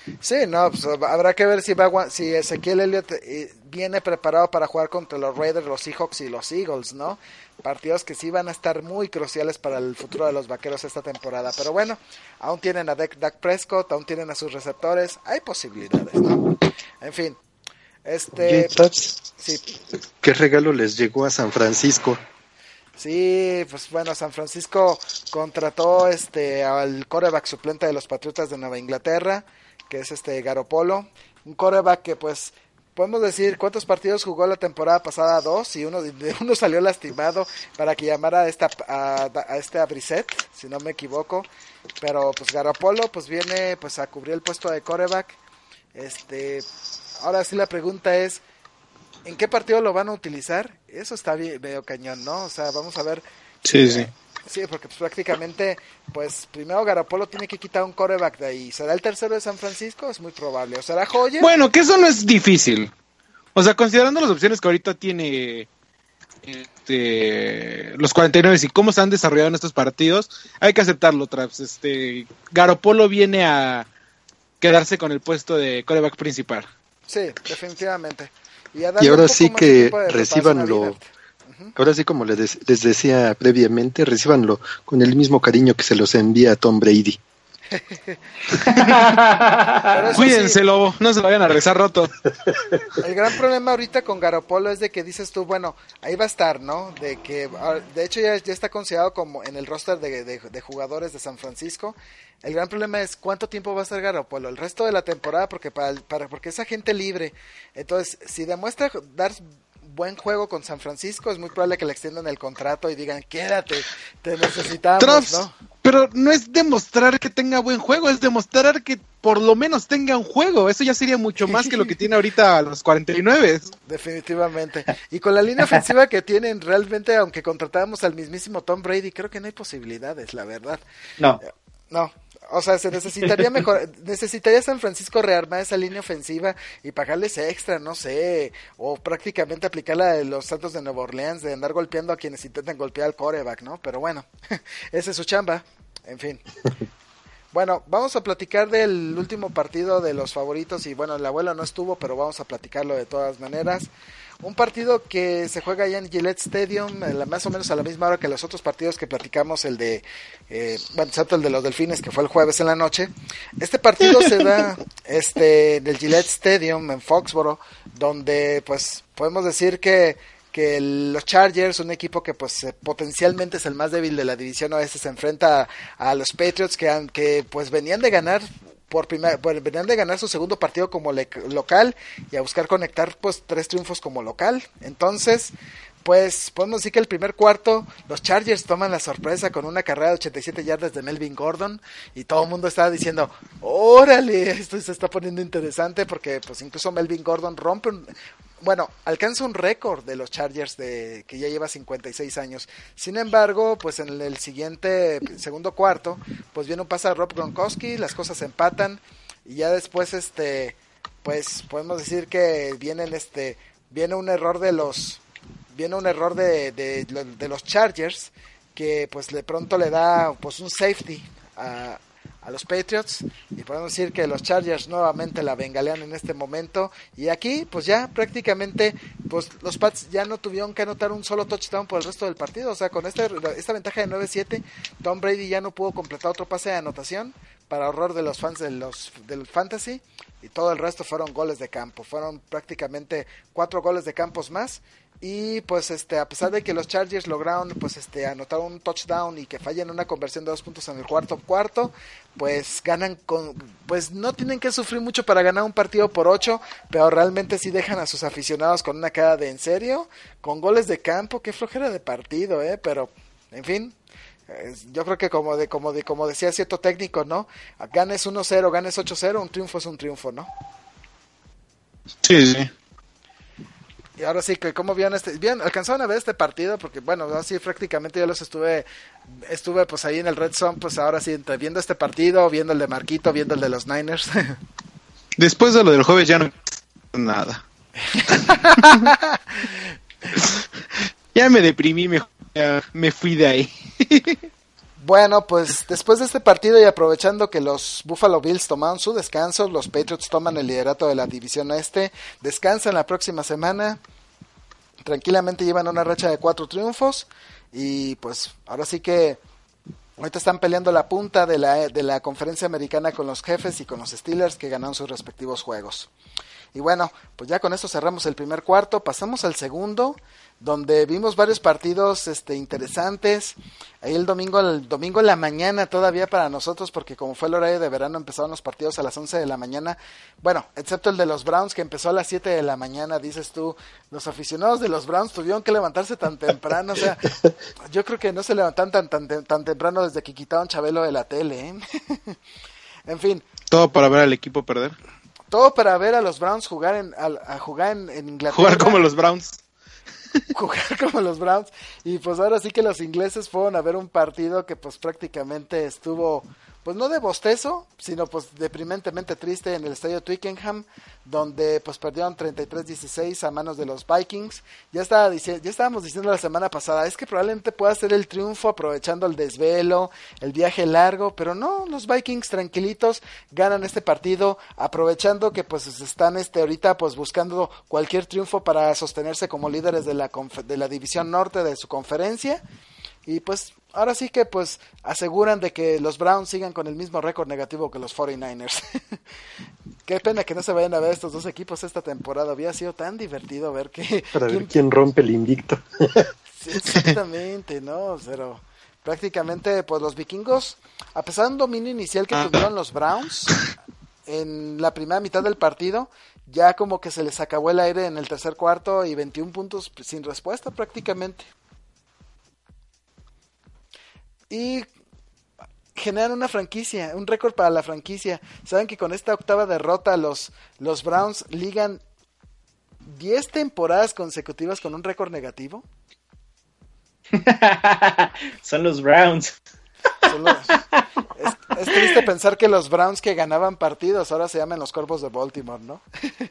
Sí, no, pues habrá que ver si va si Ezequiel Elliott eh, viene preparado para jugar contra los Raiders, los Seahawks y los Eagles, ¿no? Partidos que sí van a estar muy cruciales para el futuro de los Vaqueros esta temporada. Pero bueno, aún tienen a Dak Prescott, aún tienen a sus receptores, hay posibilidades, ¿no? En fin, este... Oye, sí. ¿Qué regalo les llegó a San Francisco? Sí, pues bueno, San Francisco contrató este al quarterback suplente de los Patriotas de Nueva Inglaterra, que es este Garoppolo, un quarterback que pues podemos decir cuántos partidos jugó la temporada pasada, dos, y uno de uno salió lastimado para que llamara a esta a, a este a Brissett, si no me equivoco, pero pues Garoppolo pues viene pues a cubrir el puesto de quarterback. Este, ahora sí la pregunta es, ¿en qué partido lo van a utilizar? Eso está bien, medio cañón, ¿no? O sea, vamos a ver. Sí, eh, sí. Sí, porque pues, prácticamente, pues primero Garoppolo tiene que quitar un quarterback de ahí. ¿Será el tercero de San Francisco? Es muy probable. ¿O será Hoyer? Bueno, que eso no es difícil. O sea, considerando las opciones que ahorita tiene este, los cuarenta y nueve y cómo se han desarrollado en estos partidos, hay que aceptarlo, Traps. Este, Garoppolo viene a quedarse con el puesto de quarterback principal. Sí, definitivamente. Y, y ahora sí que recibanlo, ahora sí como les, les decía previamente, recibanlo con el mismo cariño que se los envía a Tom Brady. Cuídense, sí, lobo, no se lo vayan a regresar roto. El gran problema ahorita con Garoppolo es de que dices tú, bueno, ahí va a estar, ¿no? De que, de hecho ya, ya está considerado como en el roster de, de, de jugadores de San Francisco. El gran problema es cuánto tiempo va a estar Garoppolo, el resto de la temporada, porque para, para porque es agente libre. Entonces, si demuestra dar buen juego con San Francisco, es muy probable que le extiendan el contrato y digan, quédate, te necesitamos, Trops, ¿no? Pero no es demostrar que tenga buen juego, es demostrar que por lo menos tenga un juego. Eso ya sería mucho más que lo que tiene ahorita a los cuarenta y nueve. Definitivamente. Y con la línea ofensiva que tienen, realmente, aunque contratáramos al mismísimo Tom Brady, creo que no hay posibilidades, la verdad. No. No. O sea, se necesitaría mejor, necesitaría San Francisco rearmar esa línea ofensiva y pagarles extra, no sé, o prácticamente aplicar la de los Santos de Nueva Orleans, de andar golpeando a quienes intentan golpear al quarterback, ¿no? Pero bueno, esa es su chamba, en fin. Bueno, vamos a platicar del último partido de los favoritos y bueno, el abuelo no estuvo, pero vamos a platicarlo de todas maneras. Un partido que se juega allá en Gillette Stadium, más o menos a la misma hora que los otros partidos que platicamos, el de, eh, bueno, excepto el de los Delfines, que fue el jueves en la noche. Este partido se da este del Gillette Stadium en Foxborough, donde pues podemos decir que que los Chargers, un equipo que pues potencialmente es el más débil de la división oeste, se enfrenta a, a los Patriots que, han, que pues venían de ganar por primer, bueno, venían de ganar su segundo partido como le, local y a buscar conectar pues tres triunfos como local. Entonces, pues podemos decir que el primer cuarto los Chargers toman la sorpresa con una carrera de ochenta y siete yardas de Melvin Gordon y todo el mundo estaba diciendo, órale, esto se está poniendo interesante porque pues incluso Melvin Gordon rompe un, bueno, alcanza un récord de los Chargers de que ya lleva cincuenta y seis años. Sin embargo, pues en el siguiente segundo cuarto, pues viene un pase a Rob Gronkowski, las cosas se empatan y ya después este pues podemos decir que viene este viene un error de los viene un error de, de, de los Chargers que pues de pronto le da pues un safety a a los Patriots y podemos decir que los Chargers nuevamente la bengalean en este momento y aquí pues ya prácticamente pues los Pats ya no tuvieron que anotar un solo touchdown por el resto del partido, o sea con este, esta ventaja de nueve siete Tom Brady ya no pudo completar otro pase de anotación para horror de los fans de los del fantasy y todo el resto fueron goles de campo, fueron prácticamente cuatro goles de campos más y pues este a pesar de que los Chargers lograron pues este anotar un touchdown y que fallen una conversión de dos puntos en el cuarto cuarto, pues ganan con pues no tienen que sufrir mucho para ganar un partido por ocho, pero realmente sí dejan a sus aficionados con una cara de en serio, con goles de campo, qué flojera de partido, eh, pero en fin, yo creo que como de como de como decía cierto técnico, ¿no? Ganes uno cero, ganes ocho cero, un triunfo es un triunfo, ¿no? Sí, sí. Y ahora sí, que cómo vieron este, bien, alcanzaron a ver este partido, porque bueno, así prácticamente yo los estuve, estuve pues ahí en el Red Zone, pues ahora sí, entre viendo este partido, viendo el de Marquito, viendo el de los Niners. Después de lo del jueves ya no nada. Ya me deprimí, me, ya me fui de ahí. Bueno, pues después de este partido y aprovechando que los Buffalo Bills tomaron su descanso, los Patriots toman el liderato de la división este, descansan la próxima semana, tranquilamente llevan una racha de cuatro triunfos y pues ahora sí que ahorita están peleando la punta de la, de la conferencia americana con los Jefes y con los Steelers que ganaron sus respectivos juegos. Y bueno, pues ya con esto cerramos el primer cuarto, pasamos al segundo, donde vimos varios partidos este, interesantes. Ahí el domingo, el domingo en la mañana todavía para nosotros, porque como fue el horario de verano, empezaron los partidos a las once de la mañana. Bueno, excepto el de los Browns, que empezó a las siete de la mañana, dices tú, los aficionados de los Browns tuvieron que levantarse tan temprano. O sea, yo creo que no se levantan tan, tan, tan temprano desde que quitaron Chabelo de la tele, ¿eh? En fin. Todo para ver al equipo perder. Todo para ver a los Browns jugar en, a, a jugar en, en Inglaterra. Jugar como los Browns. Jugar como los Browns. Y pues ahora sí que los ingleses fueron a ver un partido que pues prácticamente estuvo, pues no de bostezo, sino pues deprimentemente triste en el estadio Twickenham, donde pues perdieron treinta y tres dieciséis a manos de los Vikings. Ya estaba diciendo, ya estábamos diciendo la semana pasada, es que probablemente pueda ser el triunfo aprovechando el desvelo, el viaje largo, pero no, los Vikings tranquilitos ganan este partido, aprovechando que pues están este ahorita pues buscando cualquier triunfo para sostenerse como líderes de la conf- de la división norte de su conferencia. Y pues ahora sí que pues aseguran de que los Browns sigan con el mismo récord negativo que los cuarenta y nueve ers. Qué pena que no se vayan a ver estos dos equipos esta temporada. Había sido tan divertido ver que... Para ¿quién... ver quién rompe el invicto. Sí, exactamente, ¿no? Pero prácticamente pues los vikingos, a pesar de un dominio inicial que tuvieron los Browns en la primera mitad del partido, ya como que se les acabó el aire en el tercer cuarto y veintiún puntos sin respuesta prácticamente. Y generan una franquicia, un récord para la franquicia. ¿Saben que con esta octava derrota los, los Browns ligan diez temporadas consecutivas con un récord negativo? Son los Browns. Son los, es, es triste pensar que los Browns que ganaban partidos ahora se llaman los Cuervos de Baltimore, ¿no?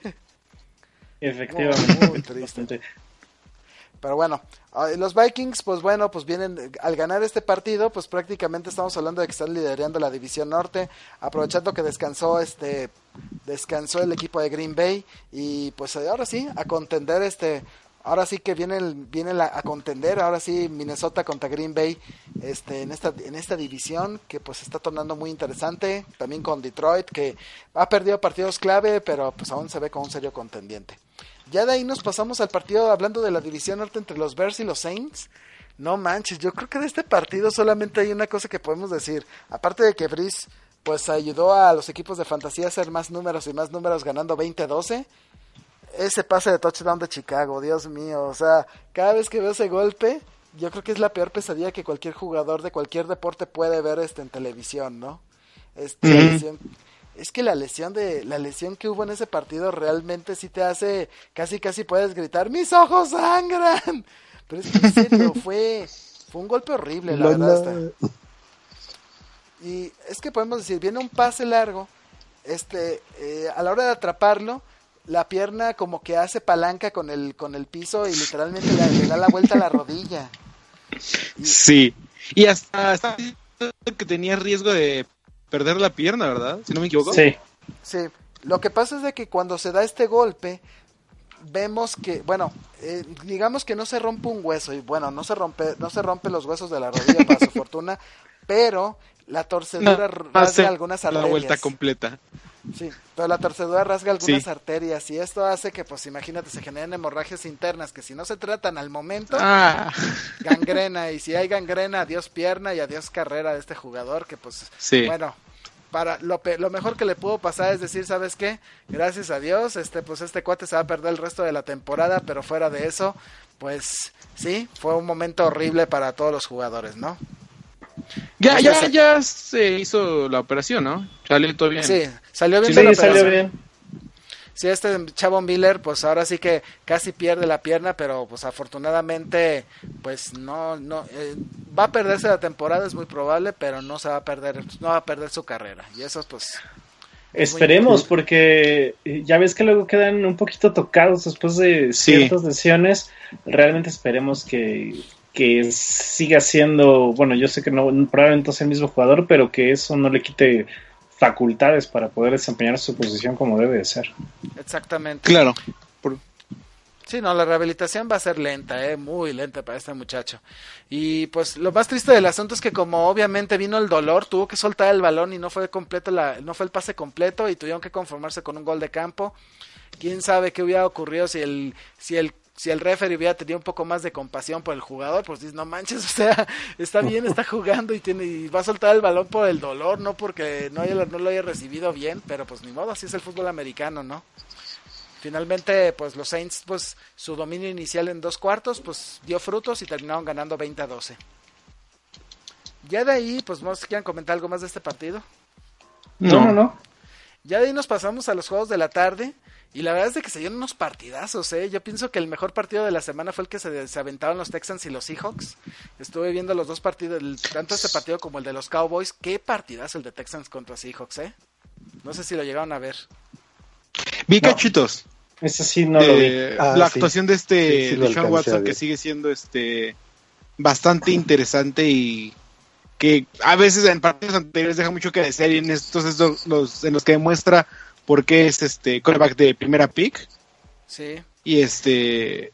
Efectivamente. Muy, muy triste. Pero bueno, los Vikings, pues bueno, pues vienen, al ganar este partido, pues prácticamente estamos hablando de que están liderando la división norte, aprovechando que descansó este, descansó el equipo de Green Bay, y pues ahora sí, a contender este, ahora sí que viene el, viene la, a contender, ahora sí Minnesota contra Green Bay, este, en esta, en esta división, que pues está tornando muy interesante, también con Detroit, que ha perdido partidos clave, pero pues aún se ve como un serio contendiente. Ya de ahí nos pasamos al partido hablando de la división norte entre los Bears y los Saints. No manches, yo creo que de este partido solamente hay una cosa que podemos decir. Aparte de que Breeze pues ayudó a los equipos de fantasía a hacer más números y más números ganando veinte a doce. Ese pase de touchdown de Chicago, Dios mío. O sea, cada vez que veo ese golpe, yo creo que es la peor pesadilla que cualquier jugador de cualquier deporte puede ver este en televisión, ¿no? Este, mm-hmm. lesión... Es que la lesión de la lesión que hubo en ese partido realmente sí te hace, casi casi puedes gritar, ¡mis ojos sangran! Pero es que en serio, fue, fue un golpe horrible, la no, verdad. No. Y es que podemos decir, viene un pase largo, este, eh, a la hora de atraparlo, la pierna como que hace palanca con el, con el piso y literalmente le, le da la vuelta a la rodilla. Y, sí, y hasta, hasta que tenía riesgo de perder la pierna, ¿verdad? Si no me equivoco. Sí. Sí. Lo que pasa es de que cuando se da este golpe, vemos que, bueno, eh, digamos que no se rompe un hueso y bueno, no se rompe, no se rompe los huesos de la rodilla para su fortuna, pero la torcedura no, rasga algunas arterias. La vuelta completa. Sí, pero la torcedura rasga algunas sí. arterias y esto hace que, pues imagínate, se generen hemorragias internas que si no se tratan al momento, ah. gangrena, y si hay gangrena, adiós pierna y adiós carrera de este jugador, que pues, sí. bueno, para lo, pe- lo mejor que le pudo pasar es decir, ¿sabes qué? Gracias a Dios, este pues este cuate se va a perder el resto de la temporada, pero fuera de eso, pues sí, fue un momento horrible para todos los jugadores, ¿no? Ya, ya, se... ya se hizo la operación, ¿no? Salió todo bien. Sí, salió bien. Sí, la salió bien. Sí, este chavo Miller, pues ahora sí que casi pierde la pierna, pero pues afortunadamente, pues no, no, eh, va a perderse la temporada, es muy probable, pero no se va a perder, no va a perder su carrera. Y eso, pues. Esperemos, muy... porque ya ves que luego quedan un poquito tocados después de ciertas sí. lesiones. Realmente esperemos que. que siga siendo, bueno, yo sé que no probablemente es el mismo jugador, pero que eso no le quite facultades para poder desempeñar su posición como debe de ser. Exactamente. Claro. Por... Sí, no, la rehabilitación va a ser lenta, eh, muy lenta para este muchacho. Y pues lo más triste del asunto es que como obviamente vino el dolor, tuvo que soltar el balón y no fue completo la, no fue el pase completo y tuvieron que conformarse con un gol de campo. Quién sabe qué hubiera ocurrido si el, si el si el referee hubiera tenido un poco más de compasión por el jugador, pues dices, no manches, o sea, está bien, está jugando y tiene y va a soltar el balón por el dolor, no porque no, haya, no lo haya recibido bien, pero pues ni modo, así es el fútbol americano, ¿no? Finalmente, pues los Saints, pues su dominio inicial en dos cuartos, pues dio frutos y terminaron ganando veinte a doce. Ya de ahí, pues no sé si quieran comentar algo más de este partido. No, no, no. Ya de ahí nos pasamos a los juegos de la tarde. Y la verdad es de que se dieron unos partidazos, ¿eh? Yo pienso que el mejor partido de la semana fue el que se, se aventaron los Texans y los Seahawks. Estuve viendo los dos partidos, el, tanto este partido como el de los Cowboys. Qué partidazo el de Texans contra Seahawks, ¿eh? No sé si lo llegaron a ver. Vi No. cachitos. Ese sí no lo vi. Eh, Ah, la sí. actuación de este Sí, sí lo de Sean alcancé a Watson, ver. que sigue siendo este bastante interesante y que a veces en partidos anteriores deja mucho que desear y en estos es los, los en los que demuestra por qué es este quarterback de primera pick. Sí. Y este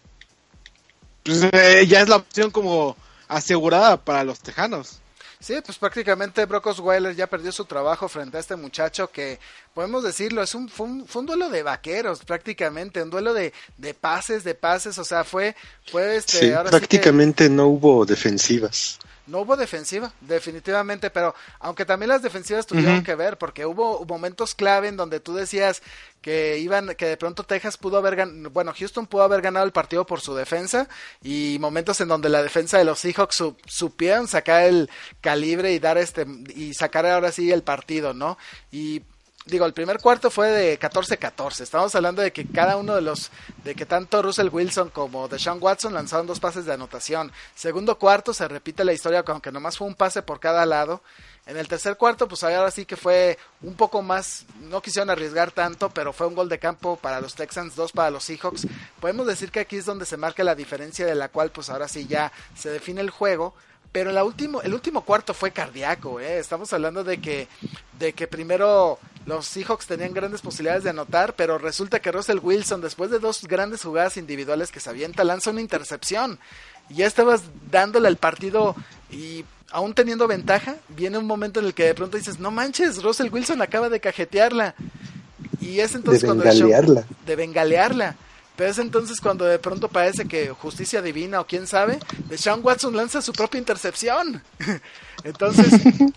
pues, eh, ya es la opción como asegurada para los tejanos. Sí, pues prácticamente Brock Osweiler ya perdió su trabajo frente a este muchacho que, podemos decirlo, es un fue, un fue un duelo de vaqueros prácticamente, un duelo de, de pases, de pases, o sea, fue, fue este, Sí, ahora sí que prácticamente no hubo defensivas. no hubo defensiva, definitivamente, pero aunque también las defensivas tuvieron Ujú. que ver, porque hubo momentos clave en donde tú decías que iban, que de pronto Texas pudo haber ganado, bueno, Houston pudo haber ganado el partido por su defensa, y momentos en donde la defensa de los Seahawks su, supieron sacar el calibre y dar este, y sacar ahora sí el partido, ¿no? Y digo, el primer cuarto fue de catorce catorce. Estamos hablando de que cada uno de los, de que tanto Russell Wilson como Deshaun Watson lanzaron dos pases de anotación. Segundo cuarto se repite la historia, aunque nomás fue un pase por cada lado. En el tercer cuarto, pues ahora sí que fue un poco más, no quisieron arriesgar tanto, pero fue un gol de campo para los Texans, dos para los Seahawks. Podemos decir que aquí es donde se marca la diferencia de la cual, pues ahora sí ya se define el juego. Pero la último, el último cuarto fue cardíaco, ¿eh? Estamos hablando de que, de que primero los Seahawks tenían grandes posibilidades de anotar, pero resulta que Russell Wilson, después de dos grandes jugadas individuales que se avienta, lanza una intercepción. Y ya estabas dándole al partido y aún teniendo ventaja, viene un momento en el que de pronto dices, no manches, Russell Wilson acaba de cajetearla. Y es entonces De cuando bengalearla. el show, de bengalearla. Pero es entonces cuando de pronto parece que justicia divina o quién sabe, Deshaun Watson lanza su propia intercepción. Entonces,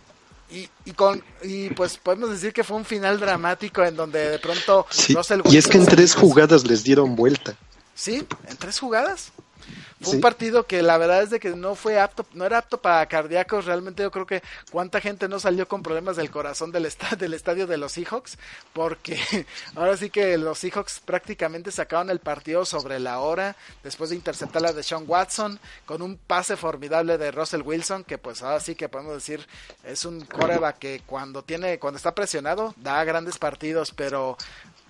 y, y con y pues podemos decir que fue un final dramático en donde de pronto Sí, Russell y es que en Wilson- tres jugadas les dieron vuelta. Sí, en tres jugadas. Fue Sí. un partido que la verdad es de que no fue apto, no era apto para cardíacos. Realmente yo creo que cuánta gente no salió con problemas del corazón del, esta- del estadio de los Seahawks, porque ahora sí que los Seahawks prácticamente sacaron el partido sobre la hora, después de interceptar a Deshaun Watson, con un pase formidable de Russell Wilson, que pues ahora sí que podemos decir, es un quarterback que cuando tiene, cuando está presionado, da grandes partidos, pero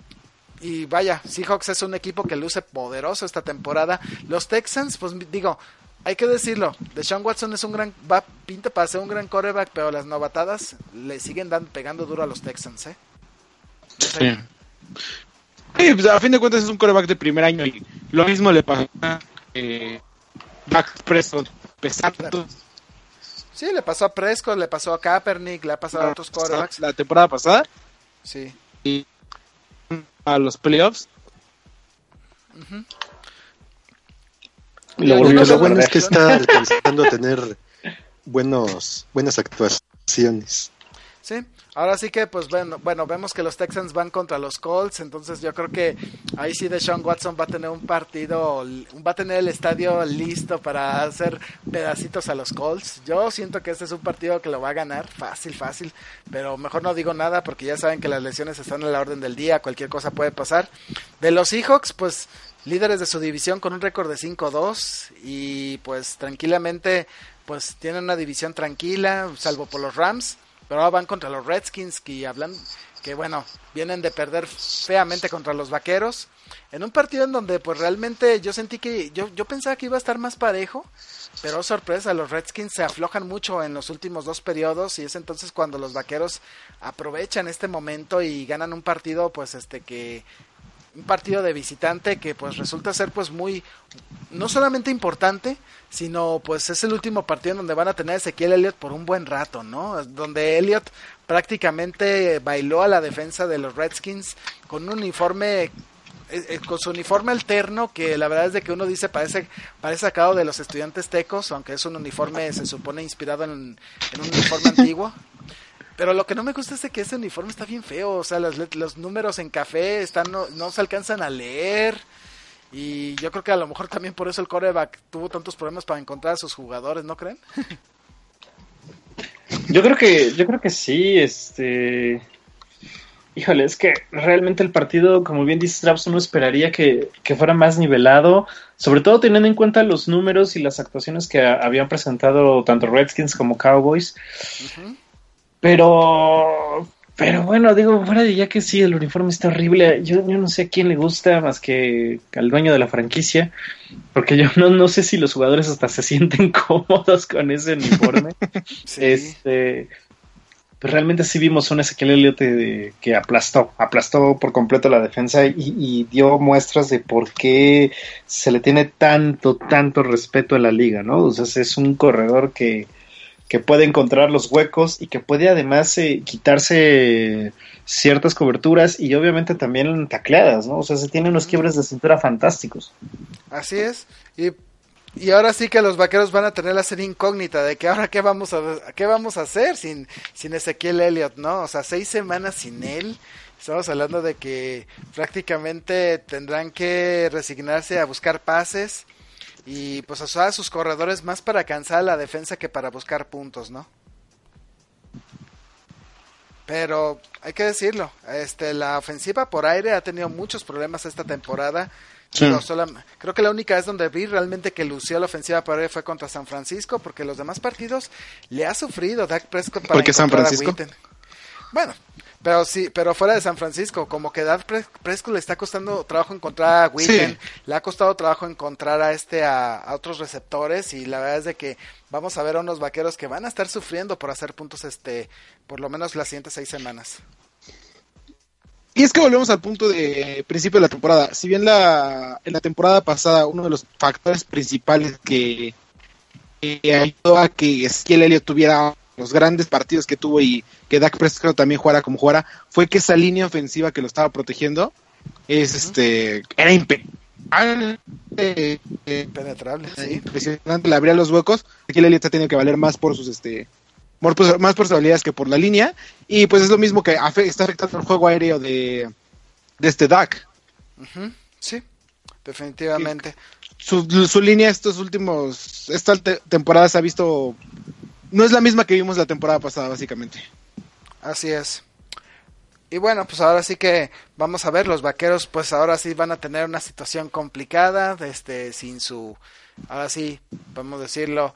y vaya, Seahawks es un equipo que luce poderoso esta temporada. Los Texans, pues digo, hay que decirlo, Deshaun Watson es un gran, va, pinta para ser un gran quarterback, pero las novatadas le siguen dando, pegando duro a los Texans, ¿eh? Sí. Sí, pues, a fin de cuentas es un quarterback de primer año y lo mismo le pasó a eh, Dak Prescott pesando Sí, le pasó a Prescott, le pasó a Kaepernick, le ha pasado a otros quarterbacks. la temporada pasada Sí. y a los playoffs. Uh-huh. Y lo Yo volvió no a sé, Lo bueno es perder. que está alcanzando a tener buenos, buenas actuaciones. Sí, ahora sí que pues bueno, bueno, vemos que los Texans van contra los Colts, entonces yo creo que ahí sí Deshaun Watson va a tener un partido, va a tener el estadio listo para hacer pedacitos a los Colts. Yo siento que este es un partido que lo va a ganar fácil, fácil, pero mejor no digo nada porque ya saben que las lesiones están a la orden del día, cualquier cosa puede pasar. De los Seahawks, pues líderes de su división con un récord de cinco dos y pues tranquilamente pues tienen una división tranquila, salvo por los Rams. Pero ahora van contra los Redskins, que hablan, que bueno, vienen de perder feamente contra los Vaqueros, en un partido en donde pues realmente yo sentí que, yo, yo pensaba que iba a estar más parejo, pero sorpresa, los Redskins se aflojan mucho en los últimos dos periodos y es entonces cuando los Vaqueros aprovechan este momento y ganan un partido pues este que un partido de visitante que pues resulta ser pues muy no solamente importante, sino pues es el último partido en donde van a tener a Ezequiel Elliott por un buen rato, ¿no? Donde Elliott prácticamente bailó a la defensa de los Redskins con un uniforme eh, con su uniforme alterno, que la verdad es de que uno dice parece parece sacado de los Estudiantes Tecos, aunque es un uniforme se supone inspirado en, en un uniforme antiguo. Pero lo que no me gusta es de que ese uniforme está bien feo, o sea, los, los números en café están no, no se alcanzan a leer, y yo creo que a lo mejor también por eso el quarterback tuvo tantos problemas para encontrar a sus jugadores, ¿no creen? Yo creo que, yo creo que sí, este... Híjole, es que realmente el partido, como bien dice Traps, uno esperaría que, que fuera más nivelado, sobre todo teniendo en cuenta los números y las actuaciones que a, habían presentado tanto Redskins como Cowboys. Uh-huh. Pero, pero bueno, digo, fuera de ya que sí, el uniforme está horrible. Yo, yo no sé a quién le gusta más que al dueño de la franquicia, porque yo no, no sé si los jugadores hasta se sienten cómodos con ese uniforme. Sí. Este... Pues realmente sí vimos un Ezequiel Elliott de, que aplastó, aplastó por completo la defensa y, y dio muestras de por qué se le tiene tanto, tanto respeto a la liga, ¿no? O sea, es un corredor que, que puede encontrar los huecos y que puede además eh, quitarse ciertas coberturas y obviamente también tacleadas, ¿no? O sea, se tiene unos quiebres de cintura fantásticos. Así es, y Y ahora sí que los Vaqueros van a tener la serie incógnita de que ahora qué vamos a qué vamos a hacer sin, sin Ezequiel Elliott, ¿no? O sea, seis semanas sin él. Estamos hablando de que prácticamente tendrán que resignarse a buscar pases y pues usar a sus corredores más para cansar a la defensa que para buscar puntos, ¿no? Pero hay que decirlo, este la ofensiva por aire ha tenido muchos problemas esta temporada. Sí. No, solo, creo que la única vez donde vi realmente que lució la ofensiva por aire fue contra San Francisco, porque los demás partidos le ha sufrido Dak Prescott para ¿Por qué San Francisco? Bueno, pero sí, pero fuera de San Francisco, como que Dak Prescott le está costando trabajo encontrar a Witten, sí. Le ha costado trabajo encontrar a este a, a otros receptores y la verdad es de que vamos a ver a unos Vaqueros que van a estar sufriendo por hacer puntos este por lo menos las siguientes seis semanas. Y es que volvemos al punto de principio de la temporada. Si bien la en la temporada pasada uno de los factores principales que, que ayudó a que Ezequiel Elliott tuviera los grandes partidos que tuvo y que Dak Prescott también jugara como jugara, fue que esa línea ofensiva que lo estaba protegiendo es uh-huh. este era impenetrable. Impenetrable, sí. Impresionante, le abría los huecos. Ezequiel Elliott ha tenido que valer más por sus este más por sus habilidades que por la línea, y pues es lo mismo que afe- está afectando el juego aéreo de, de este Dak. Uh-huh. Sí, definitivamente. Su, su línea estos últimos, esta te- temporada se ha visto, no es la misma que vimos la temporada pasada, básicamente. Así es. Y bueno, pues ahora sí que vamos a ver, los Vaqueros pues ahora sí van a tener una situación complicada, este, sin su, ahora sí, podemos decirlo,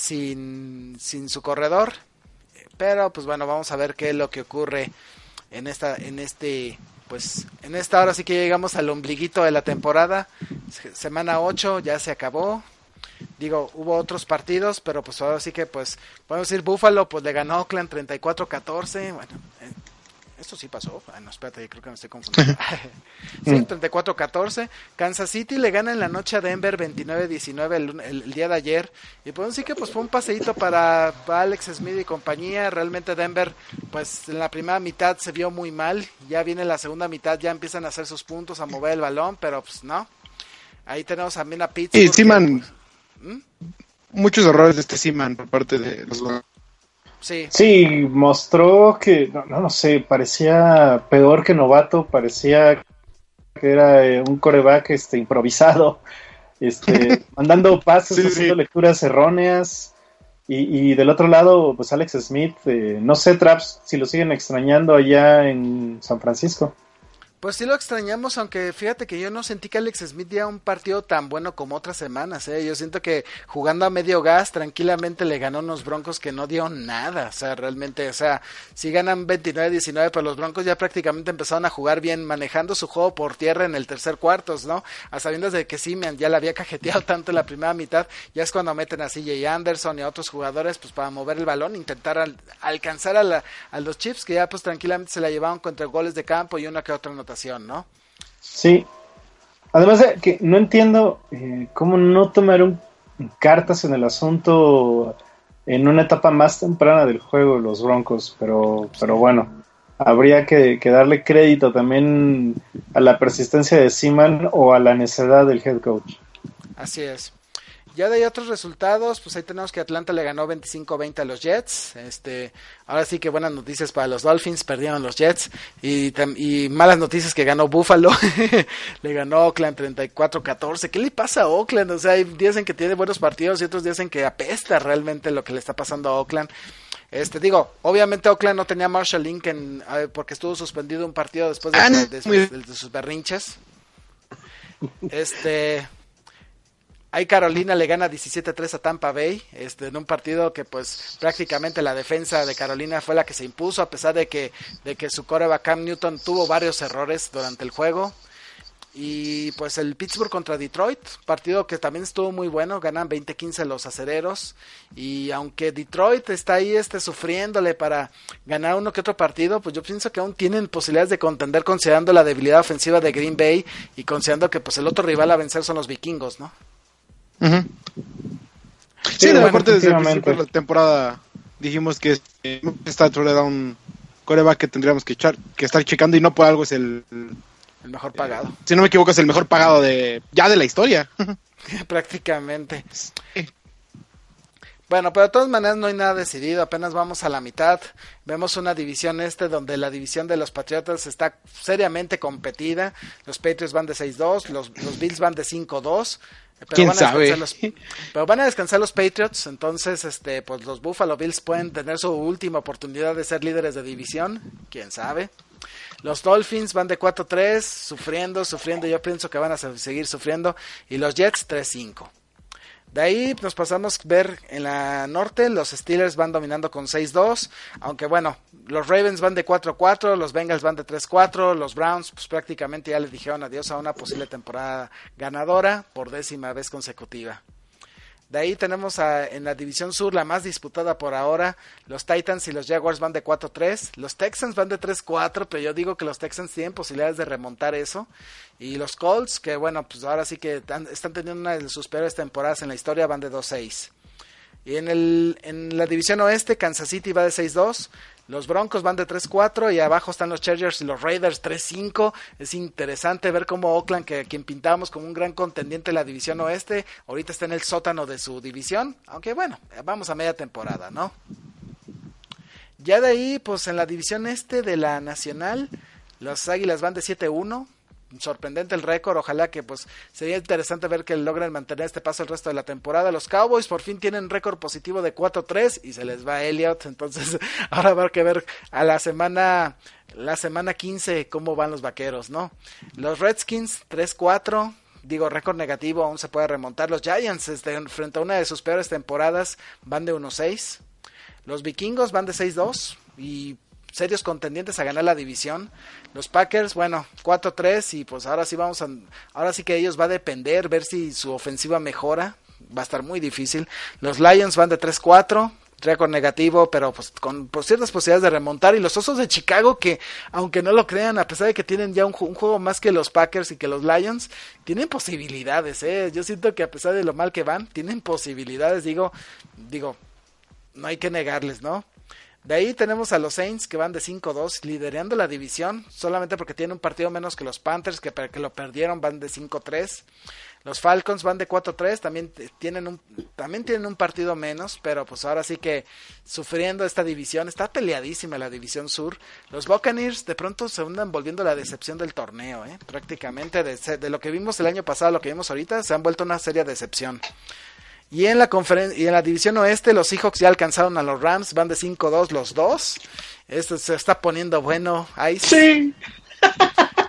sin, sin su corredor. Pero pues bueno, vamos a ver qué es lo que ocurre en esta, en este, pues, en esta ahora sí que llegamos al ombliguito de la temporada. Semana ocho ya se acabó. Digo, hubo otros partidos, pero pues ahora sí que pues, podemos decir Buffalo pues le ganó a Oakland treinta y cuatro a catorce. Bueno, eh, esto sí pasó. Ah, no, espérate, creo que me estoy confundiendo. Sí, treinta y cuatro a catorce. Kansas City le gana en la noche a Denver veintinueve a diecinueve el, el, el día de ayer. Y podemos decir que pues fue un paseíto para, para Alex Smith y compañía. Realmente Denver, pues en la primera mitad se vio muy mal. Ya viene la segunda mitad, ya empiezan a hacer sus puntos, a mover el balón, pero pues no. Ahí tenemos también a Pittsburgh. Y Seaman, pues, ¿hmm? muchos errores de este Seaman por parte de los Sí. sí, mostró que, no, no, no sé, parecía peor que novato, parecía que era eh, un quarterback este, improvisado, este, mandando pases, sí, haciendo sí. lecturas erróneas, y, y del otro lado, pues Alex Smith, eh, no sé, Traps, si lo siguen extrañando allá en San Francisco. Pues sí lo extrañamos, aunque fíjate que yo no sentí que Alex Smith diera un partido tan bueno como otras semanas, ¿eh? Yo siento que jugando a medio gas tranquilamente le ganó unos Broncos que no dio nada, o sea, realmente, o sea, si ganan veintinueve diecinueve, pero los Broncos ya prácticamente empezaron a jugar bien, manejando su juego por tierra en el tercer cuarto, ¿no? A sabiendas de que Simeon ya la había cajeteado tanto en la primera mitad, ya es cuando meten a C J Anderson y a otros jugadores, pues para mover el balón, intentar al, alcanzar a, la, a los Chiefs, que ya pues tranquilamente se la llevaban contra goles de campo y una que otra anotación, ¿no? Sí. Además de que no entiendo eh, cómo no tomaron cartas en el asunto en una etapa más temprana del juego los Broncos, pero, pero bueno, habría que, que darle crédito también a la persistencia de Seaman o a la necedad del head coach. Así es. Ya de ahí otros resultados, pues ahí tenemos que Atlanta le ganó veinticinco veinte a los Jets. Este, ahora sí que buenas noticias para los Dolphins, perdieron los Jets. Y, y malas noticias que ganó Buffalo, le ganó Oakland treinta y cuatro catorce. ¿Qué le pasa a Oakland? O sea, hay días en que tiene buenos partidos y otros días en que apesta realmente lo que le está pasando a Oakland. Este, digo, obviamente Oakland no tenía Marshall Lynch en, porque estuvo suspendido un partido después de, de, de, de, de, de sus berrinches. Este... Ahí Carolina le gana diecisiete a tres a Tampa Bay, este, en un partido que pues prácticamente la defensa de Carolina fue la que se impuso, a pesar de que, de que su quarterback Cam Newton tuvo varios errores durante el juego. Y pues el Pittsburgh contra Detroit, partido que también estuvo muy bueno, ganan veinte quince los acereros. Y aunque Detroit está ahí este, sufriéndole para ganar uno que otro partido, pues yo pienso que aún tienen posibilidades de contender considerando la debilidad ofensiva de Green Bay y considerando que pues el otro rival a vencer son los vikingos, ¿no? Uh-huh. Sí, sí, de bueno, aparte desde el principio de la temporada dijimos que eh, esta altura era un coreback que tendríamos que echar, que estar checando y no por algo es el el mejor pagado. Eh, si no me equivoco es el mejor pagado de ya de la historia. Prácticamente. Sí. Bueno, pero de todas maneras no hay nada decidido, apenas vamos a la mitad. Vemos una división este donde la división de los Patriotas está seriamente competida. Los Patriots van de seis dos, los, los Bills van de cinco dos. Pero ¿Quién van a sabe? Los, pero van a descansar los Patriots, entonces este pues los Buffalo Bills pueden tener su última oportunidad de ser líderes de división, quién sabe. Los Dolphins van de cuatro tres, sufriendo, sufriendo, yo pienso que van a seguir sufriendo, y los Jets tres cinco. De ahí nos pasamos a ver en la norte, los Steelers van dominando con seis dos, aunque bueno, los Ravens van de cuatro cuatro, los Bengals van de tres cuatro, los Browns pues prácticamente ya les dijeron adiós a una posible temporada ganadora por décima vez consecutiva. De ahí tenemos a, en la división sur, la más disputada por ahora, los Titans y los Jaguars van de cuatro tres, los Texans van de tres cuatro, pero yo digo que los Texans tienen posibilidades de remontar eso, y los Colts, que bueno, pues ahora sí que tan, están teniendo una de sus peores temporadas en la historia, van de dos seis. Y en, el, en la división oeste, Kansas City va de seis dos, los Broncos van de tres cuatro y abajo están los Chargers y los Raiders tres cinco. Es interesante ver cómo Oakland, que quien pintábamos como un gran contendiente en la división oeste, ahorita está en el sótano de su división, aunque bueno, vamos a media temporada, ¿no? Ya de ahí, pues en la división este de la Nacional, los Águilas van de siete uno. Sorprendente el récord, ojalá que pues sería interesante ver que logren mantener este paso el resto de la temporada. Los Cowboys por fin tienen récord positivo de cuatro tres y se les va Elliott, entonces ahora habrá que ver a la semana la semana quince cómo van los Vaqueros, ¿no? Los Redskins tres cuatro, digo récord negativo, aún se puede remontar. Los Giants este, frente a una de sus peores temporadas van de uno seis. Los Vikingos van de seis dos y serios contendientes a ganar la división. Los Packers, bueno, cuatro tres y pues ahora sí vamos a, ahora sí que ellos va a depender ver si su ofensiva mejora, va a estar muy difícil. Los Lions van de tres cuatro, récord negativo, pero pues con pues, ciertas posibilidades de remontar, y los Osos de Chicago que, aunque no lo crean, a pesar de que tienen ya un, un juego más que los Packers y que los Lions, tienen posibilidades, eh, yo siento que a pesar de lo mal que van, tienen posibilidades, digo, digo, no hay que negarles, ¿no? De ahí tenemos a los Saints que van de cinco dos, liderando la división, solamente porque tienen un partido menos que los Panthers, que, que lo perdieron, van de cinco tres. Los Falcons van de cuatro tres, también tienen un también tienen un partido menos, pero pues ahora sí que sufriendo esta división, está peleadísima la división sur. Los Buccaneers de pronto se andan volviendo la decepción del torneo, ¿eh? Prácticamente de, de lo que vimos el año pasado a lo que vimos ahorita, se han vuelto una seria decepción. Y en la conferen- y en la división oeste, los Seahawks ya alcanzaron a los Rams, van de cinco dos los dos. Esto se está poniendo bueno. Ahí sí.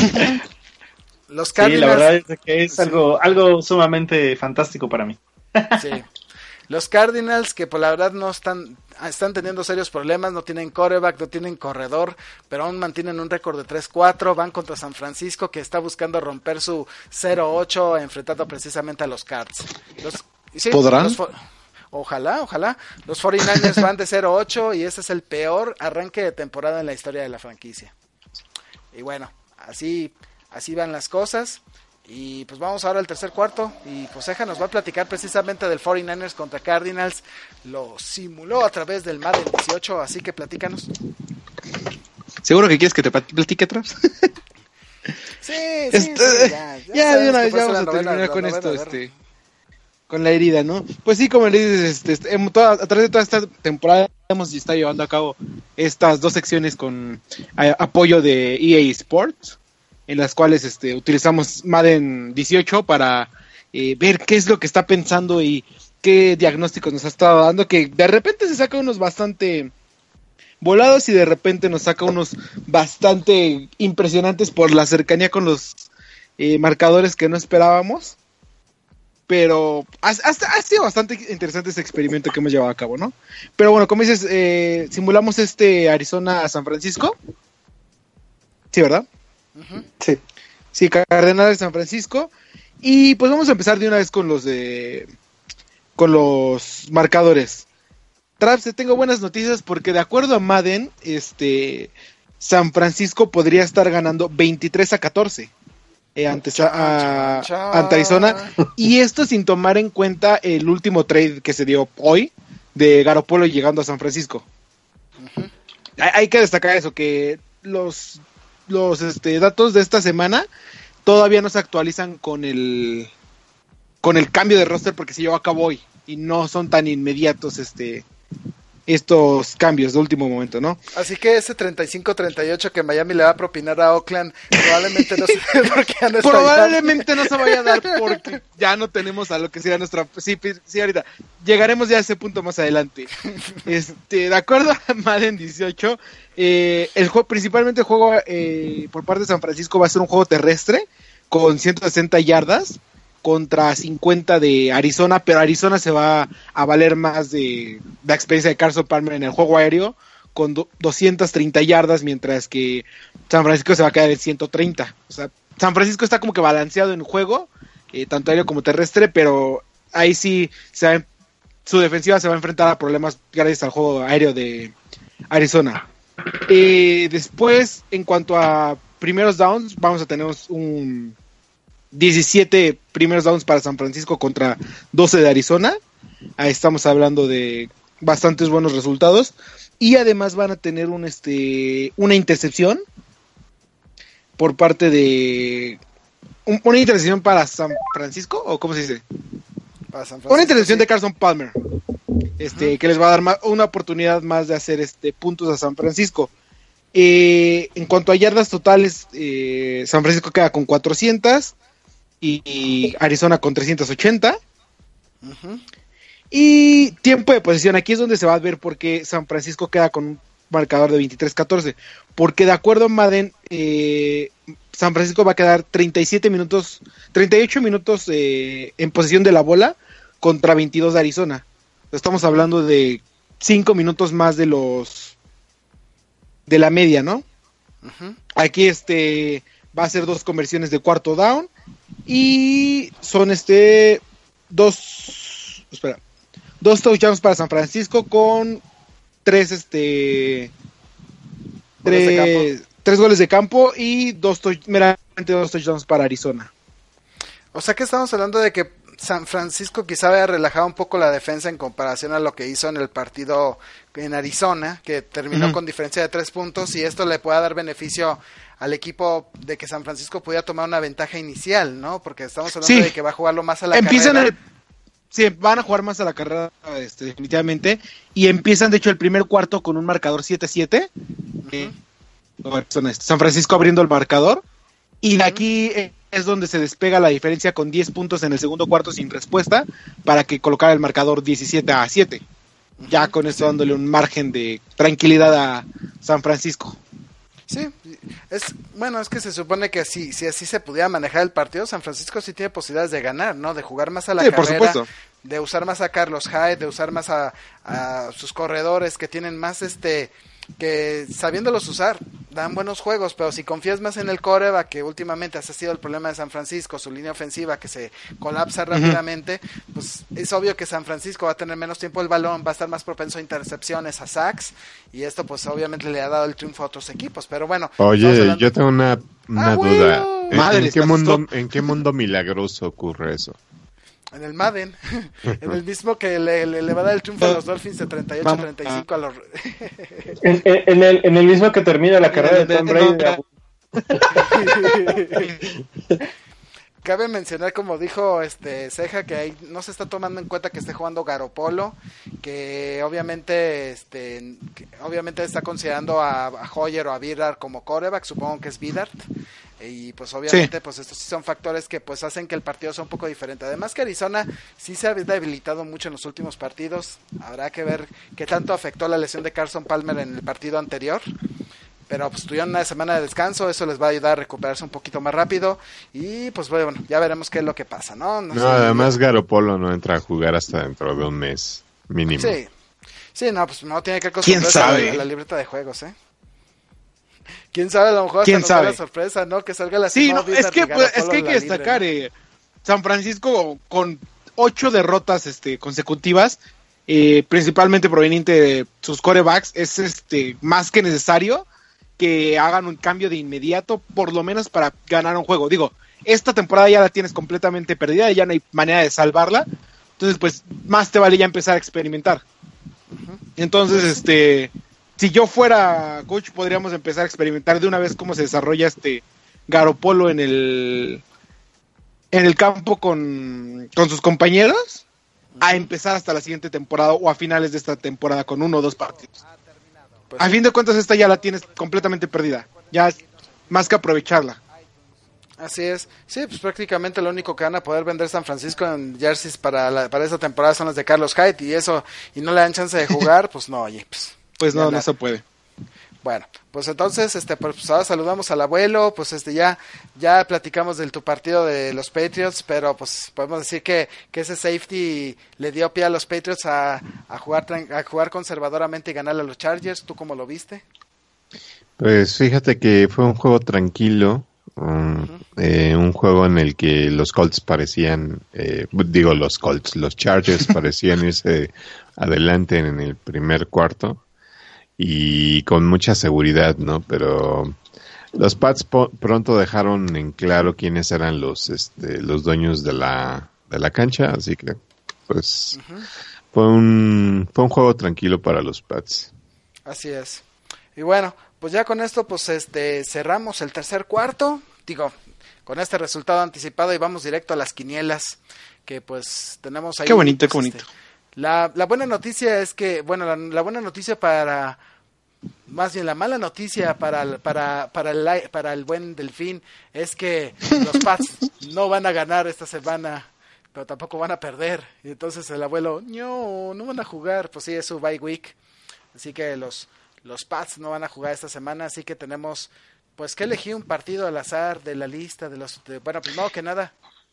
Los Cardinals... Sí, la verdad es que es algo, algo sumamente fantástico para mí. Sí. Los Cardinals, que por la verdad no están, están teniendo serios problemas, no tienen quarterback, no tienen corredor, pero aún mantienen un récord de tres cuatro, van contra San Francisco, que está buscando romper su cero ocho, enfrentando precisamente a los Cards. Los, sí, ¿Podrán? Los, ojalá, ojalá. Los cuarenta y nueve ers van de cero ocho y ese es el peor arranque de temporada en la historia de la franquicia. Y bueno, así, así van las cosas. Y pues vamos ahora al tercer cuarto y pues Ceja nos va a platicar precisamente del cuarenta y nueve ers contra Cardinals. Lo simuló a través del Madden dieciocho, así que platícanos. ¿Seguro que quieres que te platique atrás? Sí, sí, este, sí, ya, ya, ya de una vez ya vamos a terminar con esto, este, con la herida, ¿no? Pues sí, como le dices, este, este, toda, a través de toda esta temporada hemos estado llevando a cabo estas dos secciones con a, apoyo de E A Sports, en las cuales este, utilizamos Madden dieciocho para eh, ver qué es lo que está pensando y qué diagnósticos nos ha estado dando, que de repente se saca unos bastante volados y de repente nos saca unos bastante impresionantes por la cercanía con los eh, marcadores que no esperábamos. Pero ha, ha, ha sido bastante interesante este experimento que hemos llevado a cabo, ¿no? Pero bueno, como dices, eh, simulamos este Arizona-San Francisco. Sí, ¿verdad? Uh-huh. Sí. Sí, Cardenales de San Francisco. Y pues vamos a empezar de una vez con los de con los marcadores. Traps, te tengo buenas noticias porque de acuerdo a Madden, este San Francisco podría estar ganando veintitrés a catorce eh, ante, a, a, ante Arizona. Y esto sin tomar en cuenta el último trade que se dio hoy de Garoppolo llegando a San Francisco. Uh-huh. Hay, hay que destacar eso, que los los este, datos de esta semana todavía no se actualizan con el con el cambio de roster porque se llevó a cabo hoy y no son tan inmediatos este estos cambios de último momento, ¿no? Así que ese treinta y cinco treinta y ocho que Miami le va a propinar a Oakland probablemente no se, porque ya no está probablemente no se vaya a dar porque ya no tenemos a lo que sería nuestra sí, sí ahorita llegaremos ya a ese punto más adelante. Este, de acuerdo a Madden dieciocho, eh, el juego, principalmente el juego eh, por parte de San Francisco va a ser un juego terrestre con ciento sesenta yardas contra cincuenta de Arizona, pero Arizona se va a valer más de la experiencia de Carson Palmer en el juego aéreo con do, doscientas treinta yardas, mientras que San Francisco se va a quedar en ciento treinta. O sea, San Francisco está como que balanceado en juego, eh, tanto aéreo como terrestre, pero ahí sí se va, su defensiva se va a enfrentar a problemas gracias al juego aéreo de Arizona. Eh, después, en cuanto a primeros downs, vamos a tener un diecisiete primeros downs para San Francisco contra doce de Arizona. Ahí estamos hablando de bastantes buenos resultados. Y además van a tener un este una intercepción por parte de un, una intercepción para San Francisco, o ¿cómo se dice? Para San Francisco, una intercepción sí. de Carson Palmer, este uh-huh. que les va a dar más, una oportunidad más de hacer este puntos a San Francisco. Eh, en cuanto a yardas totales, eh, San Francisco queda con cuatrocientas y, y Arizona con trescientos ochenta. Uh-huh. Y tiempo de posesión, aquí es donde se va a ver por qué San Francisco queda con un marcador de veintitrés catorce, porque de acuerdo a Madden, eh, San Francisco va a quedar treinta y siete minutos, treinta y ocho minutos eh, en posesión de la bola contra veintidós de Arizona. Estamos hablando de cinco minutos más de los de la media, ¿no? Uh-huh. Aquí este va a ser dos conversiones de cuarto down y son este dos espera dos touchdowns para San Francisco con tres este tres, tres goles de campo y dos touch, meramente dos touchdowns para Arizona. O sea que estamos hablando de que San Francisco quizá haya relajado un poco la defensa en comparación a lo que hizo en el partido en Arizona, que terminó uh-huh. con diferencia de tres puntos, y esto le pueda dar beneficio al equipo de que San Francisco pudiera tomar una ventaja inicial, ¿no? Porque estamos hablando sí. de que va a jugarlo más a la Empiezan carrera. El... Sí, van a jugar más a la carrera, este, definitivamente, y empiezan de hecho el primer cuarto con un marcador siete siete, uh-huh. eh, San Francisco abriendo el marcador, y de aquí eh, es donde se despega la diferencia con diez puntos en el segundo cuarto sin respuesta, para que colocara el marcador diecisiete a siete, uh-huh. ya con eso dándole un margen de tranquilidad a San Francisco. Sí, es bueno, es que se supone que si, si así se pudiera manejar el partido, San Francisco sí tiene posibilidades de ganar, ¿no? De jugar más a la sí, por carrera, supuesto. de usar más a Carlos Hyde, de usar más a, a sus corredores que tienen más este, que sabiéndolos usar, dan buenos juegos, pero si confías más en el quarterback, que últimamente ha sido el problema de San Francisco, su línea ofensiva que se colapsa rápidamente, uh-huh. pues es obvio que San Francisco va a tener menos tiempo el balón, va a estar más propenso a intercepciones, a sacks, y esto pues obviamente le ha dado el triunfo a otros equipos, pero bueno. Oye, yo tengo una, una ah, duda. bueno. ¿En, Madre, ¿en, qué mundo, ¿En qué mundo milagroso ocurre eso? En el Madden, en el mismo que le, le, le va a dar el triunfo a los Dolphins de treinta y ocho a treinta y cinco a los... en, en, en, el, en el mismo que termina la carrera de Tom Brady. Cabe mencionar, como dijo este Ceja, que ahí no se está tomando en cuenta que esté jugando Garoppolo, que obviamente este que obviamente está considerando a, a Hoyer o a Vidart como quarterback, supongo que es Vidart, y pues obviamente sí. pues estos sí son factores que pues hacen que el partido sea un poco diferente. Además que Arizona sí se ha debilitado mucho en los últimos partidos, habrá que ver qué tanto afectó la lesión de Carson Palmer en el partido anterior. Pero pues tuvieron una semana de descanso, eso les va a ayudar a recuperarse un poquito más rápido y pues bueno, ya veremos qué es lo que pasa, ¿no? No, no sé, además Garoppolo no entra a jugar hasta dentro de un mes, mínimo. Sí, sí, no, pues no tiene que acostumbrarse a, a la libreta de juegos, ¿eh? ¿Quién sabe? A lo mejor ¿Quién hasta sabe? nos da la sorpresa, ¿no? Que salga la Sí, no, es que, pues, es que hay que destacar, libre, ¿no? eh, San Francisco con ocho derrotas este, consecutivas, eh, principalmente proveniente de sus quarterbacks, es este más que necesario que hagan un cambio de inmediato, por lo menos para ganar un juego. Digo, esta temporada ya la tienes completamente perdida, ya no hay manera de salvarla, entonces pues más te vale ya empezar a experimentar. Uh-huh. Entonces, este, si yo fuera coach, podríamos empezar a experimentar de una vez cómo se desarrolla este Garoppolo en el en el campo con, con sus compañeros, uh-huh. a empezar hasta la siguiente temporada o a finales de esta temporada con uno o dos partidos. Pues a sí. fin de cuentas esta ya la tienes completamente perdida, ya es más que aprovecharla. Así es, sí, pues prácticamente lo único que van a poder vender San Francisco en jerseys para la, para esta temporada son los de Carlos Hyde y eso, y no le dan chance de jugar, pues no, oye, pues. Pues no, no se puede. Bueno, pues entonces, este, pues ahora saludamos al abuelo, pues este ya, ya platicamos del tu partido de los Patriots, pero pues podemos decir que, que ese safety le dio pie a los Patriots a, a jugar a jugar conservadoramente y ganarle a los Chargers. ¿Tú cómo lo viste? Pues fíjate que fue un juego tranquilo, um, uh-huh. eh, un juego en el que los Colts parecían, eh, digo los Colts, los Chargers parecían irse adelante en el primer cuarto. Y con mucha seguridad, ¿no? Pero los Pats po- pronto dejaron en claro quiénes eran los este, los dueños de la de la cancha, así que pues uh-huh. fue un fue un juego tranquilo para los Pats. Así es. Y bueno, pues ya con esto pues este cerramos el tercer cuarto, digo, con este resultado anticipado y vamos directo a las quinielas, que pues tenemos ahí. Qué bonito, pues, qué bonito. Este, La, la buena noticia es que, bueno, la, la buena noticia para, más bien la mala noticia para, para, para, el, para el buen Delfín es que los Pats no van a ganar esta semana, pero tampoco van a perder. Y entonces el abuelo, no, no van a jugar, pues sí, es su bye week. Así que los, los Pats no van a jugar esta semana, así que tenemos, pues que elegir un partido al azar de la lista de los, de, bueno, primero que nada.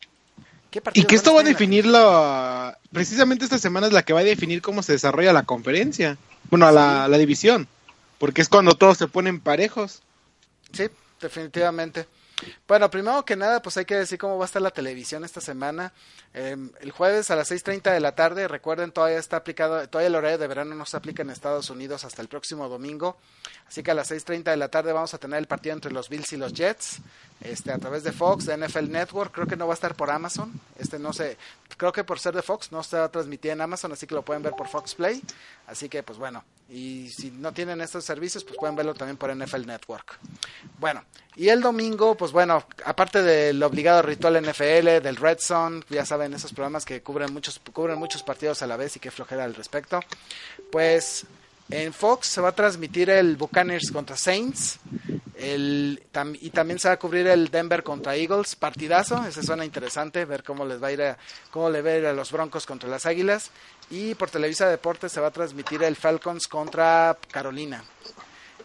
Y que esto va a definir la... Precisamente esta semana es la que va a definir cómo se desarrolla la conferencia. Bueno, sí. la, la división. Porque es cuando todos se ponen parejos. Sí, definitivamente. Bueno, primero que nada, pues hay que decir cómo va a estar la televisión esta semana. Eh, el jueves a las seis treinta de la tarde, recuerden, todavía está aplicado, todavía el horario de verano no se aplica en Estados Unidos hasta el próximo domingo. Así que a las seis treinta de la tarde vamos a tener el partido entre los Bills y los Jets, este a través de Fox, de N F L Network. Creo que no va a estar por Amazon, este no sé, creo que por ser de Fox no se va a transmitir en Amazon, así que lo pueden ver por Fox Play. Así que pues bueno, y si no tienen estos servicios, pues pueden verlo también por N F L Network. Bueno, y el domingo, pues bueno, aparte del obligado ritual N F L, del Red Zone, ya saben, esos programas que cubren muchos cubren muchos partidos a la vez y qué flojera al respecto, pues en Fox se va a transmitir el Buccaneers contra Saints, el tam, y también se va a cubrir el Denver contra Eagles, partidazo, ese suena interesante, ver cómo les va a ir a, cómo le va a ir a los Broncos contra las Águilas, y por Televisa Deportes se va a transmitir el Falcons contra Carolina.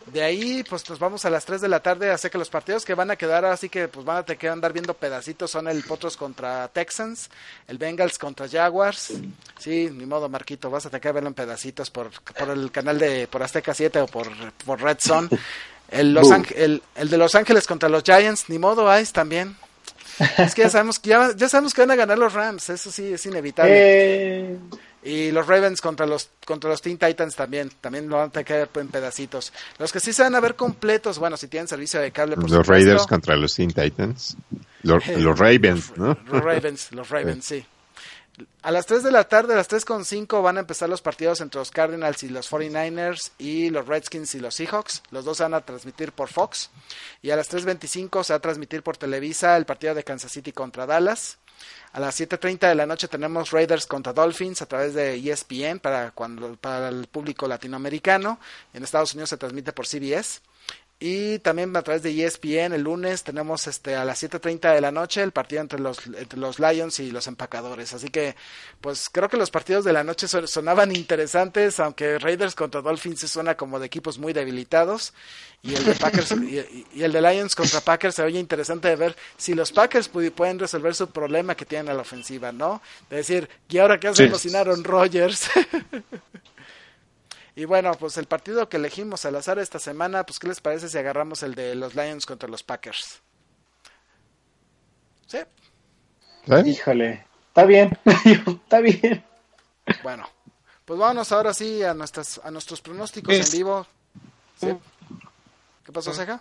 De ahí, pues nos vamos a las tres de la tarde, así que los partidos que van a quedar, así que pues van a tener que andar viendo pedacitos, son el Potros contra Texans, el Bengals contra Jaguars. Sí, ni modo, Marquito, vas a tener que verlo en pedacitos por, por el canal de, por Azteca siete o por, por Red Zone. El, Los Ángel- el, el de Los Ángeles contra los Giants, ni modo, Ice también. Es que ya sabemos, ya, ya sabemos que van a ganar los Rams, eso sí es inevitable. Eh, Y los Ravens contra los contra los Teen Titans también, también lo van a tener que ver en pedacitos. Los que sí se van a ver completos, bueno, si tienen servicio de cable, por Los supuesto. Raiders contra los Teen Titans. Los, los Ravens, ¿no? Los Ravens, los Ravens, sí. A las tres de la tarde, a las tres con cinco van a empezar los partidos entre los Cardinals y los cuarenta y nueve ers y los Redskins y los Seahawks. Los dos se van a transmitir por Fox. Y a las tres veinticinco se va a transmitir por Televisa el partido de Kansas City contra Dallas. A las siete treinta de la noche tenemos Raiders contra Dolphins a través de E S P N para, cuando, para el público latinoamericano. En Estados Unidos se transmite por C B S. Y también a través de E S P N el lunes tenemos este a las siete treinta de la noche el partido entre los entre los Lions y los Empacadores. Así que pues creo que los partidos de la noche son, sonaban interesantes, aunque Raiders contra Dolphins se suena como de equipos muy debilitados. Y el de Packers y, y el de Lions contra Packers se oye interesante de ver si los Packers pu- pueden resolver su problema que tienen a la ofensiva, ¿no? De decir, ¿y ahora qué hacemos Sí. sin Aaron Rodgers? Y bueno, pues el partido que elegimos al azar esta semana, pues ¿qué les parece si agarramos el de los Lions contra los Packers? Sí, ¿Sí? híjole, está bien, está bien. bueno. Pues vámonos ahora sí a nuestras a nuestros pronósticos Es- en vivo. ¿Sí? ¿Qué pasó, Ceja?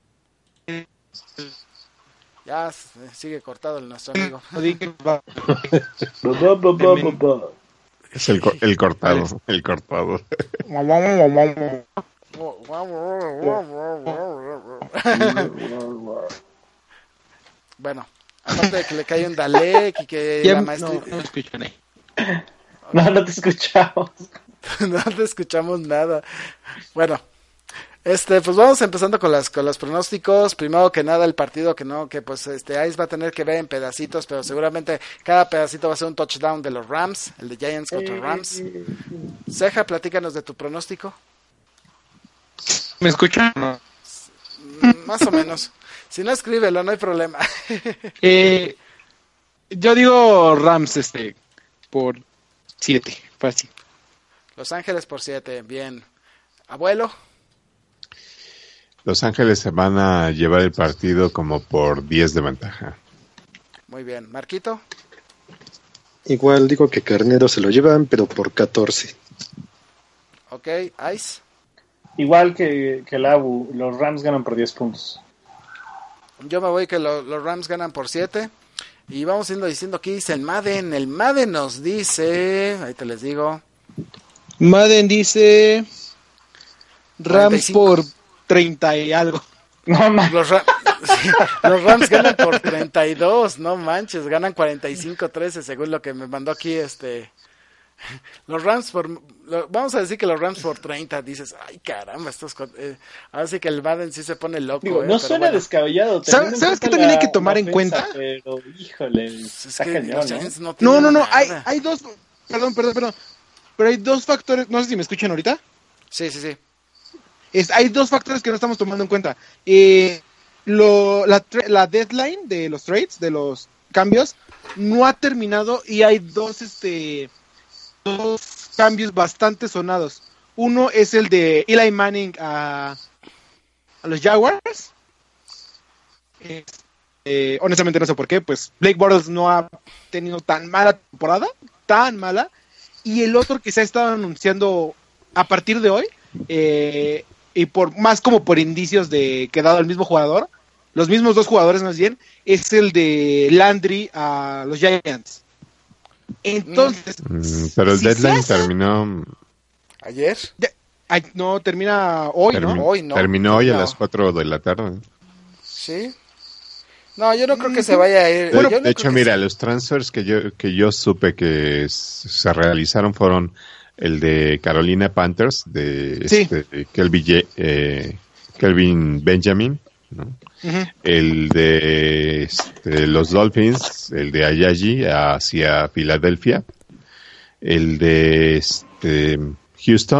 Ya eh, sigue cortado el nuestro amigo. No dije, va. Ba, ba, ba, ba, ba, ba. Es el, co- el cortado, el cortado. Bueno, aparte de que le cae un Dalek y que Ya, la no, maestría... no escuchan ahí. No, no te escuchamos. No te escuchamos nada. Bueno, este, pues vamos empezando con las con los pronósticos. Primero que nada el partido que no, que pues este Ice va a tener que ver en pedacitos, pero seguramente cada pedacito va a ser un touchdown de los Rams, el de Giants contra Rams. Ceja, platícanos de tu pronóstico. ¿Me escuchan? No. Mm, Más o menos. Si no, escríbelo, no hay problema. Eh, yo digo Rams, este, por siete, fácil. Los Ángeles por siete, bien. Abuelo, Los Ángeles se van a llevar el partido como por diez de ventaja. muy bien. Marquito, Igual digo que Carnero se lo llevan, pero por catorce. ok. Ice, Igual que, que el Abu, los Rams ganan por diez puntos. yo me voy que lo- los Rams ganan por siete. Y vamos yendo diciendo aquí dice el Madden. El Madden nos dice, ahí te les digo, Madden dice cuarenta y Rams cinco. por treinta y algo. No, man. Los, Ra- los Rams ganan por treinta y dos, no manches, ganan cuarenta y cinco trece según lo que me mandó aquí este... Los Rams por... lo- vamos a decir que los Rams por treinta, dices, ay caramba, estos... co- Eh, ahora sí que el Madden sí se pone loco. Digo, eh, no pero suena bueno. descabellado. ¿Sabes- teniendo en sabes qué cuenta también hay la- que tomar la en ofensa, cuenta? Pero, híjole, Es está que cañón, los ¿eh? Giants no No, tienen no, no, hay, nada. hay dos, perdón, perdón, perdón, pero hay dos factores, no sé si me escuchan ahorita, Sí, sí, sí. es, hay dos factores que no estamos tomando en cuenta. Eh, lo, la, tra- la deadline de los trades, de los cambios, no ha terminado y hay dos, este, dos cambios bastante sonados. Uno es el de Eli Manning a, a los Jaguars. Eh, eh, honestamente no sé por qué, pues Blake Bortles no ha tenido tan mala temporada, tan mala. Y el otro que se ha estado anunciando a partir de hoy, eh, y por más como por indicios de que dado el mismo jugador, los mismos dos jugadores más bien, es el de Landry a los Giants. Entonces, Mm, pero el si se deadline hace- terminó, ¿Ayer? ay, no termina hoy, termi- ¿no? Hoy no. terminó hoy a No. las cuatro de la tarde. ¿Sí? No, yo no creo que se vaya a ir. De, Yo no de creo hecho, que mira, se- los transfers que yo que yo supe que s- se realizaron fueron el de Carolina Panthers, de Sí. este, Kelvin, Ye- eh, Kelvin Benjamin, ¿no? Ujú. El de este, los Dolphins, el de Ayayi hacia Filadelfia, el de este, Houston,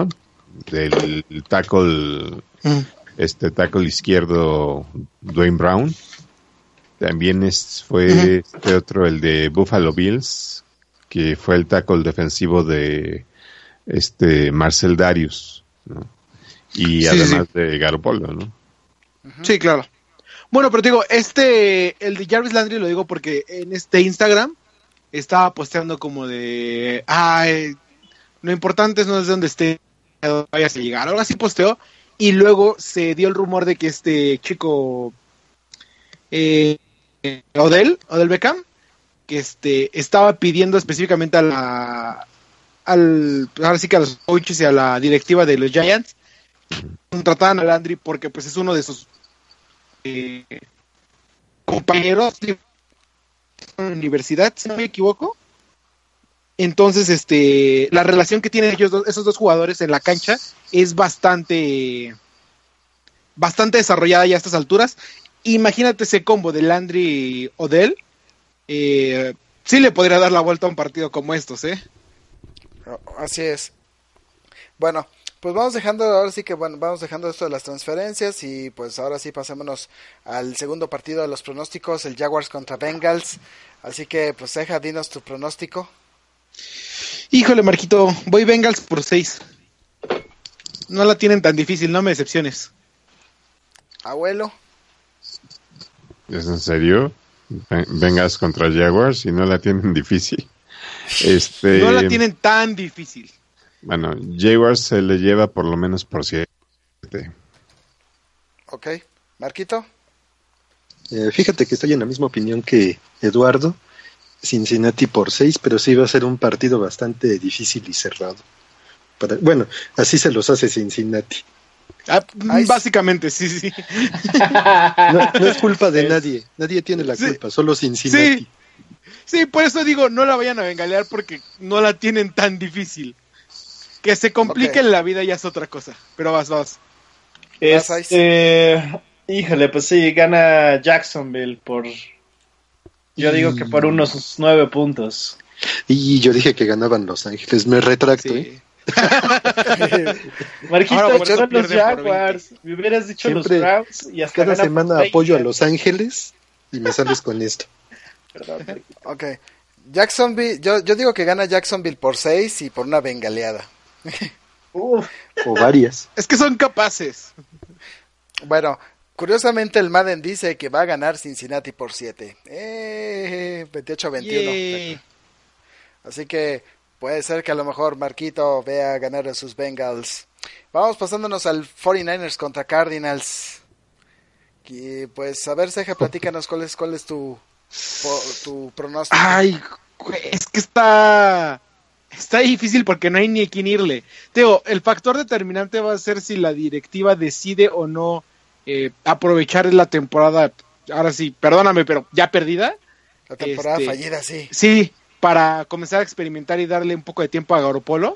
del tackle, Mm. este tackle izquierdo Dwayne Brown. También es, fue Ujú. este otro, el de Buffalo Bills, que fue el tackle defensivo de este Marcel Darius, ¿no? Y Sí, además sí. de Garoppolo, ¿no? Sí, claro. Bueno, pero te digo, este, el de Jarvis Landry lo digo porque en este Instagram estaba posteando como de, ay, lo importante no es de dónde esté, a dónde vayas a llegar, algo así posteó, y luego se dio el rumor de que este chico, eh, Odell, Odell Beckham, que este, estaba pidiendo específicamente a la, al, ahora sí que a los coaches y a la directiva de los Giants, contrataban a Landry porque pues es uno de sus eh, compañeros de universidad, si no me equivoco. Entonces, este, la relación que tienen ellos dos, esos dos jugadores en la cancha es bastante, bastante desarrollada ya a estas alturas. Imagínate ese combo de Landry Odell, eh, sí le podría dar la vuelta a un partido como estos, ¿eh? Así es. Bueno, pues vamos dejando, ahora sí que bueno, vamos dejando esto de las transferencias y pues ahora sí pasémonos al segundo partido de los pronósticos, el Jaguars contra Bengals. Así que pues deja, dinos tu pronóstico. Híjole, Marquito, voy Bengals por seis. No la tienen tan difícil, no me decepciones. Abuelo. ¿Es en serio? Ven- Vengas contra Jaguars y no la tienen difícil. Este, No la tienen tan difícil. Bueno, Jaguars se le lleva por lo menos por siete. Ok. Marquito. Eh, fíjate que estoy en la misma opinión que Eduardo. Cincinnati por seis, pero sí va a ser un partido bastante difícil y cerrado. Para, bueno, así se los hace Cincinnati. Ah, Ay, básicamente, sí, sí. No, no es culpa de Es- nadie, nadie tiene la Sí. culpa, solo Cincinnati. Sí. Sí, por eso digo, no la vayan a bengalear porque no la tienen tan difícil. Que se complique Ok. en la vida ya es otra cosa. Pero vas, vas. Este, híjole, pues sí, gana Jacksonville por, yo digo que por unos nueve puntos. Y yo dije que ganaban Los Ángeles, me retracto, ¿eh? Sí. Marquito, Ahora por eso son los pierden por Jaguars. Me hubieras dicho Siempre, los Browns y hasta Cada ganan semana por apoyo a veinte. Los Ángeles y me sales con esto. Perdón, Marquito. Ok. Jacksonville, yo, yo digo que gana Jacksonville por seis y por una bengaleada. Uf, O varias. Es que son capaces. Bueno, curiosamente el Madden dice que va a ganar Cincinnati por siete. Eh, veintiocho a veintiuno. Yay. Así que puede ser que a lo mejor Marquito vea ganar a sus Bengals. Vamos pasándonos al cuarenta y nueve ers contra Cardinals. Y pues a ver, Ceja, platícanos cuál es, cuál es tu, po- tu pronóstico. Ay, güey, es que está... Está difícil porque no hay ni a quién irle. Teo, el factor determinante va a ser si la directiva decide o no eh, aprovechar la temporada, ahora sí, perdóname, pero ya perdida. La temporada este- fallida, sí. Sí, para comenzar a experimentar y darle un poco de tiempo a Garoppolo.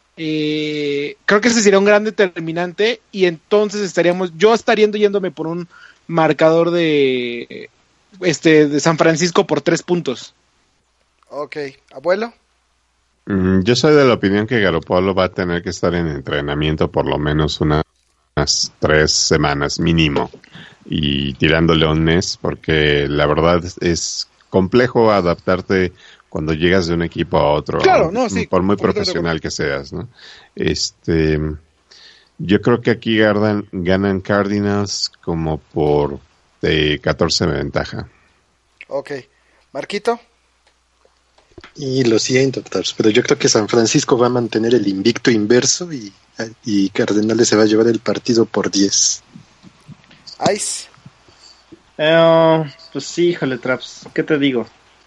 Eh, creo que ese sería un gran determinante y entonces estaríamos, yo estaría yéndome por un marcador de este de San Francisco por tres puntos. Ok, abuelo. Mm, Yo soy de la opinión que Garoppolo va a tener que estar en entrenamiento por lo menos una- unas tres semanas mínimo y tirándole un mes porque la verdad es, es complejo adaptarte cuando llegas de un equipo a otro, Claro, no, sí, por muy completamente de profesional que seas, ¿no? Este, yo creo que aquí ganan, ganan Cardinals como por eh, catorce de ventaja. Ok. Marquito. Y lo siento, Tars, pero yo creo que San Francisco va a mantener el invicto inverso y, y Cardenales se va a llevar el partido por diez. Ice. Eh, pues sí, híjole, Traps, ¿qué te digo?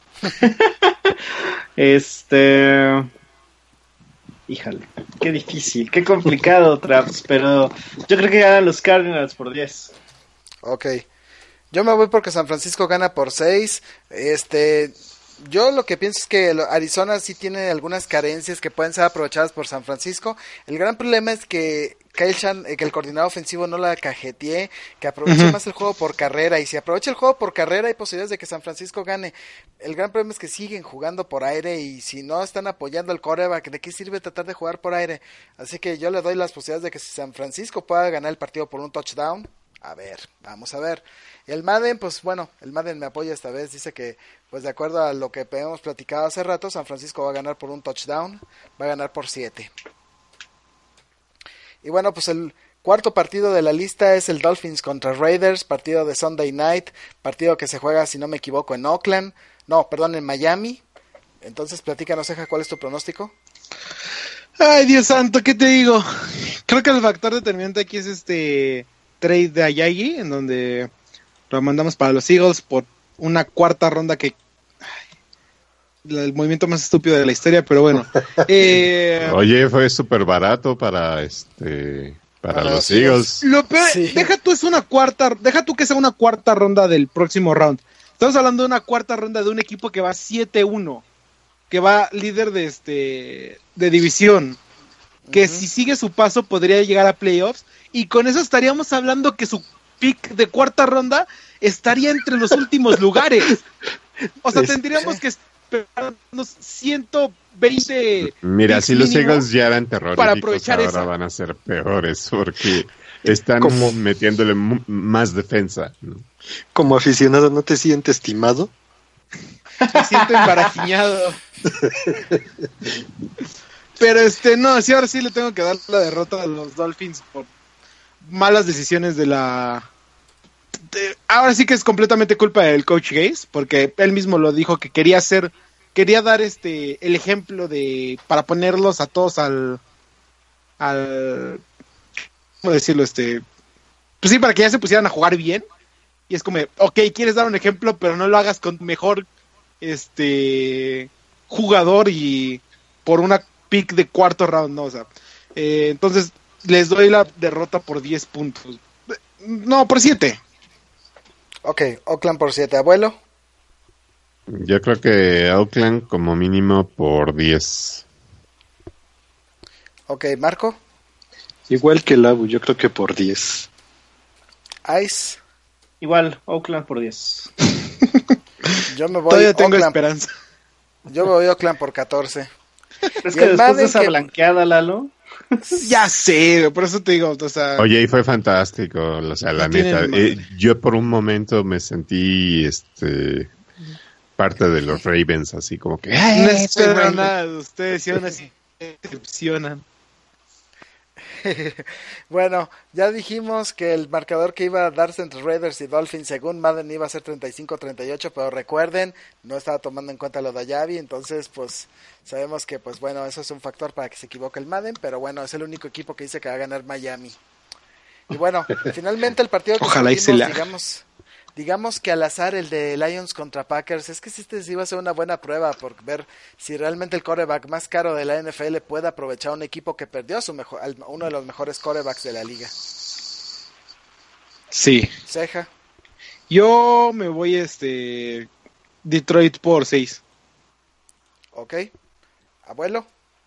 este... Híjole, qué difícil, qué complicado, Traps, pero yo creo que ganan los Cardinals por diez. Ok. Yo me voy porque San Francisco gana por seis. Este, yo lo que pienso es que lo- Arizona sí tiene algunas carencias que pueden ser aprovechadas por San Francisco. El gran problema es que Kyle Shan, eh, que el coordinador ofensivo no la cajetee, que aproveche uh-huh. más el juego por carrera, y si aprovecha el juego por carrera hay posibilidades de que San Francisco gane. El gran problema es que siguen jugando por aire, y si no están apoyando al quarterback, ¿de qué sirve tratar de jugar por aire? Así que yo le doy las posibilidades de que San Francisco pueda ganar el partido por un touchdown. A ver, vamos a ver. El Madden, pues bueno, el Madden me apoya esta vez, dice que, pues de acuerdo a lo que hemos platicado hace rato, San Francisco va a ganar por un touchdown, va a ganar por siete. Y bueno, pues el cuarto partido de la lista es el Dolphins contra Raiders, partido de Sunday Night, partido que se juega, si no me equivoco, en Oakland, no, perdón, en Miami. Entonces, platícanos, Ceja, ¿cuál es tu pronóstico? Ay, Dios santo, ¿qué te digo? Creo que el factor determinante aquí es este trade de Ayagi, en donde lo mandamos para los Eagles por una cuarta ronda que... Ay, el movimiento más estúpido de la historia, pero bueno. eh... Oye, fue súper barato para este para, para los Eagles. Lo peor, sí. Deja tú es una cuarta, deja tú que sea una cuarta ronda del próximo round. Estamos hablando de una cuarta ronda de un equipo que va siete uno, que va líder de este de división, que uh-huh. si sigue su paso podría llegar a playoffs, y con eso estaríamos hablando que su pick de cuarta ronda estaría entre los últimos lugares. O sea, tendríamos que esperarnos ciento veinte. Mira, si los Eagles ya eran terroríficos, para aprovechar ahora esa. Van a ser peores porque están como metiéndole m- más defensa, ¿no? Como aficionado, ¿no te sientes estimado? Me siento embarajiñado. Pero este, no, sí, ahora sí le tengo que dar la derrota a los Dolphins por malas decisiones de la... De... Ahora sí que es completamente culpa del coach Gase, porque él mismo lo dijo que quería hacer, quería dar este el ejemplo de, para ponerlos a todos al, al, ¿cómo decirlo? Este, pues sí, para que ya se pusieran a jugar bien, y es como, ok, quieres dar un ejemplo, pero no lo hagas con mejor, este, jugador y por una pick de cuarto round, no, o sea, eh, entonces les doy la derrota por diez puntos, no, por siete. Ok, Oakland por siete, abuelo. Yo creo que Oakland como mínimo por diez. Ok, Marco. Igual que el Abu, yo creo que por diez. Ice. Igual, Oakland por diez. Yo me voy Todavía tengo Oakland. esperanza. Yo me voy Oakland por catorce. Es que después de esa que... blanqueada, Lalo. Ya sé, por eso te digo, o sea... Oye, y fue fantástico, o sea, la neta, eh, yo por un momento me sentí, este, parte de los Ravens, así como que... No espero nada de ustedes, y aún así decepcionan. Bueno, ya dijimos que el marcador que iba a darse entre Raiders y Dolphins según Madden iba a ser treinta y cinco a treinta y ocho, pero recuerden, no estaba tomando en cuenta lo de Ayavi, entonces pues sabemos que pues bueno, eso es un factor para que se equivoque el Madden, pero bueno, es el único equipo que dice que va a ganar Miami. Y bueno, finalmente el partido que Ojalá escogimos, la... digamos, digamos que al azar el de Lions contra Packers, es que este sí iba a ser una buena prueba por ver si realmente el quarterback más caro de la N F L puede aprovechar a un equipo que perdió a su mejor, uno de los mejores quarterbacks de la liga. Sí. Ceja. Yo me voy este Detroit por seis. Ok. Abuelo.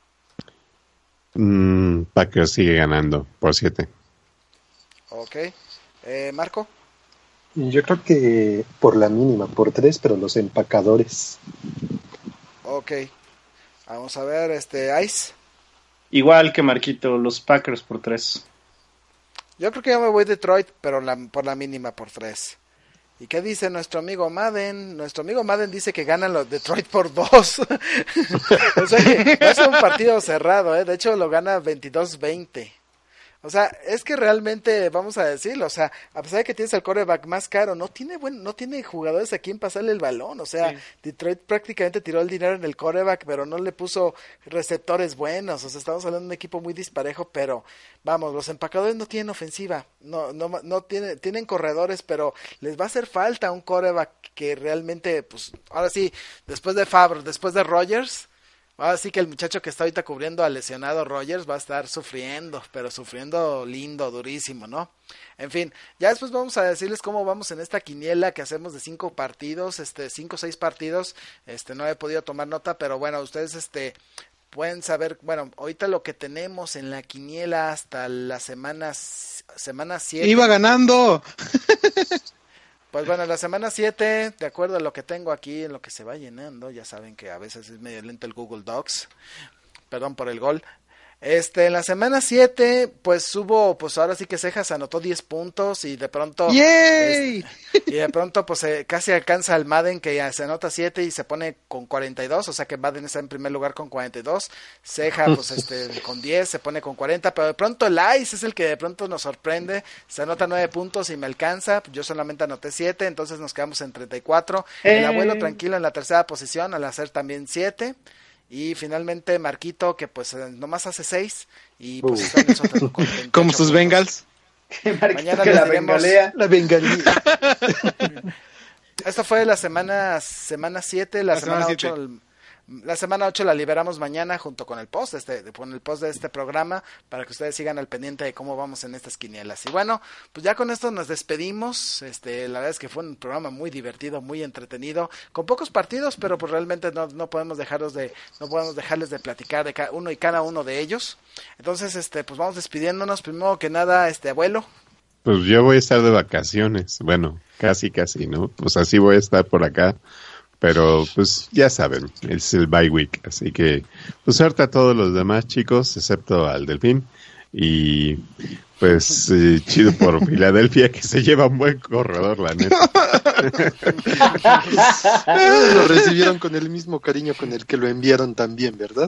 Mm, Packers sigue ganando por siete. Ok. Eh, Marco. Yo creo que por la mínima, por tres, pero los empacadores. Ok. Vamos a ver, este, Ice. Igual que Marquito, los Packers por tres. Yo creo que yo me voy Detroit, pero la, por la mínima, por tres. ¿Y qué dice nuestro amigo Madden? Nuestro amigo Madden dice que ganan los Detroit por dos. O sea que va a ser un partido cerrado, ¿eh? De hecho lo gana veintidós veinte. O sea, es que realmente, vamos a decirlo, o sea, a pesar de que tienes el quarterback más caro, no tiene buen, no tiene jugadores a quien pasarle el balón, o sea, sí. Detroit prácticamente tiró el dinero en el quarterback, pero no le puso receptores buenos, o sea, estamos hablando de un equipo muy disparejo, pero vamos, los empacadores no tienen ofensiva, no, no, no tienen, tienen corredores, pero les va a hacer falta un quarterback que realmente, pues, ahora sí, después de Favre, después de Rodgers, ahora sí que el muchacho que está ahorita cubriendo al lesionado Rodgers va a estar sufriendo, pero sufriendo lindo, durísimo, ¿no? En fin, ya después vamos a decirles cómo vamos en esta quiniela que hacemos de cinco partidos, este, cinco o seis partidos, este, no he podido tomar nota, pero bueno, ustedes, este, pueden saber, bueno, ahorita lo que tenemos en la quiniela hasta la semana semana siete. Iba ganando. Pues bueno, la semana siete, de acuerdo a lo que tengo aquí, en lo que se va llenando, ya saben que a veces es medio lento el Google Docs, perdón por el gol. Este, en la semana siete, pues hubo, pues ahora sí que Cejas anotó diez puntos y de pronto... ¡Yay! Este, y de pronto, pues eh, casi alcanza al Madden, que ya se anota siete y se pone con cuarenta y dos, o sea que Madden está en primer lugar con cuarenta y dos. Ceja, pues este, con diez, se pone con cuarenta, pero de pronto el Ice es el que de pronto nos sorprende, se anota nueve puntos y me alcanza, yo solamente anoté siete, entonces nos quedamos en treinta y cuatro. Eh. El Abuelo tranquilo en la tercera posición, al hacer también siete. Y finalmente Marquito, que pues nomás hace seis y pues está en nosotros con como sus Bengals. Mañana que la diremos... bengalea, la bengalía. Esto fue la semana semana siete, la, la semana ocho. La semana ocho la liberamos mañana junto con el post, este, con el post de este programa, para que ustedes sigan al pendiente de cómo vamos en estas quinielas. Y bueno, pues ya con esto nos despedimos. Este, la verdad es que fue un programa muy divertido, muy entretenido, con pocos partidos, pero pues realmente no, no podemos dejarlos de, no podemos dejarles de platicar de cada uno y cada uno de ellos. Entonces, este, pues vamos despidiéndonos. Primero que nada, este abuelo. Pues yo voy a estar de vacaciones, bueno, casi casi, ¿no? Pues así voy a estar por acá. Pero, pues, ya saben, es el bye week, así que, pues, suerte a todos los demás chicos, excepto al Delfín, y, pues, eh, chido por Filadelfia, que se lleva un buen corredor, la neta. Lo recibieron con el mismo cariño con el que lo enviaron también, ¿verdad?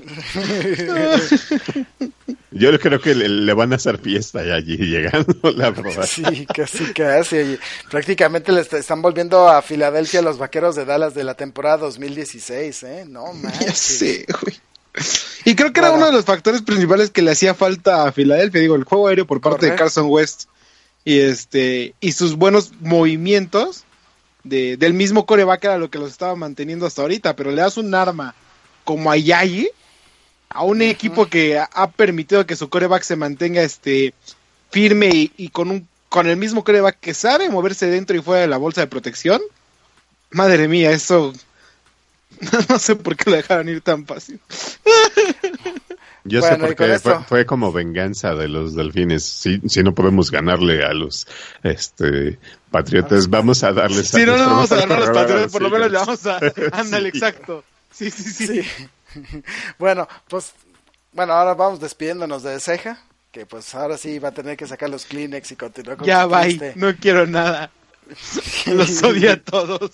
Yo creo que le, le van a hacer fiesta ya allí llegando, la verdad. Sí, casi, casi. Prácticamente le están volviendo a Filadelfia los Vaqueros de Dallas de la temporada dos mil dieciséis, ¿eh? No manches. Ya sé, güey. Y creo que bueno, era uno de los factores principales que le hacía falta a Filadelfia, digo, el juego aéreo por parte correcto. de Carson West y este y sus buenos movimientos de, del mismo quarterback era lo que los estaba manteniendo hasta ahorita, pero le das un arma como a Yayi, a un uh-huh. equipo que ha, ha permitido que su quarterback se mantenga este firme y, y con un con el mismo quarterback que sabe moverse dentro y fuera de la bolsa de protección. Madre mía, eso no sé por qué lo dejaron ir tan fácil. Yo bueno, sé por qué fue, fue como venganza de los Delfines. Si, si no podemos ganarle a los este Patriotas, vamos a darles si a no le vamos a ganar a los Patriotas, por lo menos le vamos a ándale, sí. Exacto. Sí, sí, sí, sí. Bueno, pues bueno, ahora vamos despidiéndonos de Ceja, que pues ahora sí va a tener que sacar los Kleenex y continuar con ya bye, triste. No quiero nada. Los odio a todos.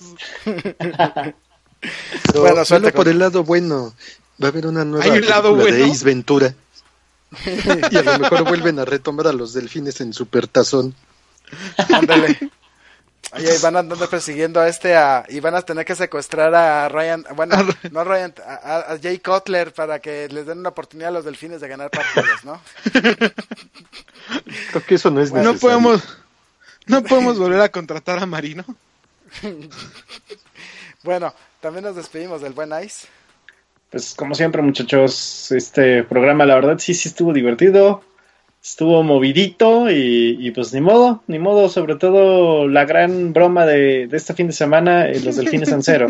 Pero bueno, solo con... por el lado bueno. Va a haber una nueva película bueno? de Ace Ventura. Y a lo mejor vuelven a retomar a los delfines en Supertazón. Ándale. Oye, van andando persiguiendo a este a, y van a tener que secuestrar a Ryan, bueno, no a Ryan, a, a Jay Cutler para que les den una oportunidad a los delfines de ganar partidos, ¿no? Creo que eso no es bueno, necesario. No podemos, no podemos volver a contratar a Marino. Bueno, también nos despedimos del buen Ice. Pues como siempre, muchachos, este programa la verdad sí sí estuvo divertido, estuvo movidito y, y pues ni modo, ni modo, sobre todo la gran broma de, de este fin de semana, eh, los delfines en cero.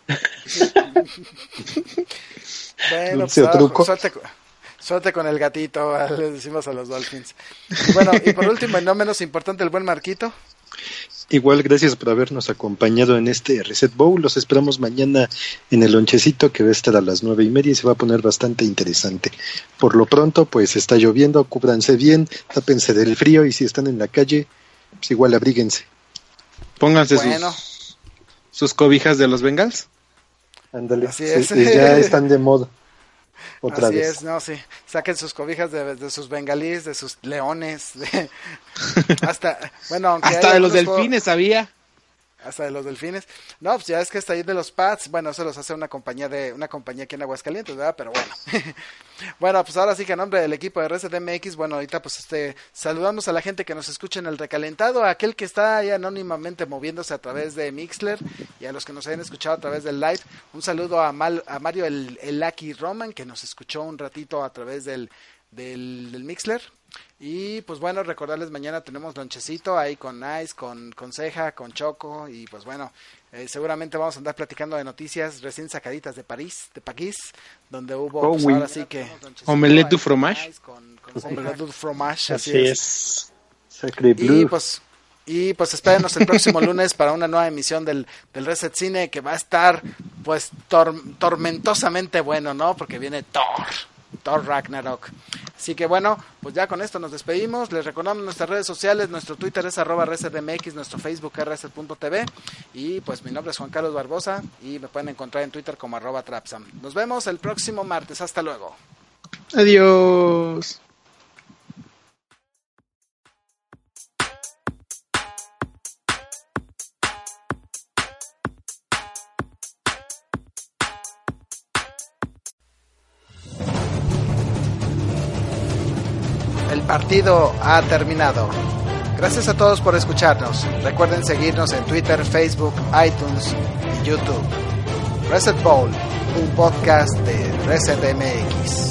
Bueno, pues, ah, suerte, suerte con el gatito, le decimos a los Dolphins. Bueno, y por último y no menos importante, el buen Marquito. Igual, gracias por habernos acompañado en este Reset Bowl. Los esperamos mañana en el lonchecito, que va a estar a las nueve y media y se va a poner bastante interesante. Por lo pronto, pues está lloviendo, cúbranse bien, tápense del frío y si están en la calle, pues igual abríguense. Pónganse bueno. sus, sus cobijas de los Bengals. Ándale, así es. Se, ya están de moda. Otra Así vez. es, no, sí. Saquen sus cobijas de, de sus bengalíes, de sus leones, de... hasta, bueno, aunque hasta de los delfines juegos... había. Hasta de los delfines. No, pues ya es que está ahí de los Pats, bueno, eso los hace una compañía de una compañía aquí en Aguascalientes, ¿verdad? Pero bueno. Bueno, pues ahora sí que a nombre del equipo de Reset M X, bueno, ahorita pues este saludamos a la gente que nos escucha en el recalentado, a aquel que está ahí anónimamente moviéndose a través de Mixler y a los que nos hayan escuchado a través del live. Un saludo a, Mal, a Mario el, el Lucky Roman, que nos escuchó un ratito a través del Del, del Mixler, Y pues bueno, recordarles, mañana tenemos lonchecito ahí con Nice, con, con Ceja, con Choco, y pues bueno, eh, seguramente vamos a andar platicando de noticias recién sacaditas de París, de París, donde hubo, Oh, pues oui. ahora sí que... Omelette du fromage. Nice, con, con Omelette du fromage, Así, así es. es. Sacre Y bleu. pues, y pues espérenos el próximo lunes para una nueva emisión del, del Reset Cine, que va a estar pues tor- tormentosamente bueno, ¿no? Porque viene Thor, Thor Ragnarok. Así que bueno, pues ya con esto nos despedimos. Les recordamos nuestras redes sociales. Nuestro Twitter es arroba resetmx, nuestro Facebook es reset punto t v. Y pues mi nombre es Juan Carlos Barbosa y me pueden encontrar en Twitter como arroba trapsam. Nos vemos el próximo martes. Hasta luego. Adiós. El partido ha terminado. Gracias a todos por escucharnos. Recuerden seguirnos en Twitter, Facebook, iTunes y YouTube. Reset Bowl, un podcast de Reset M X.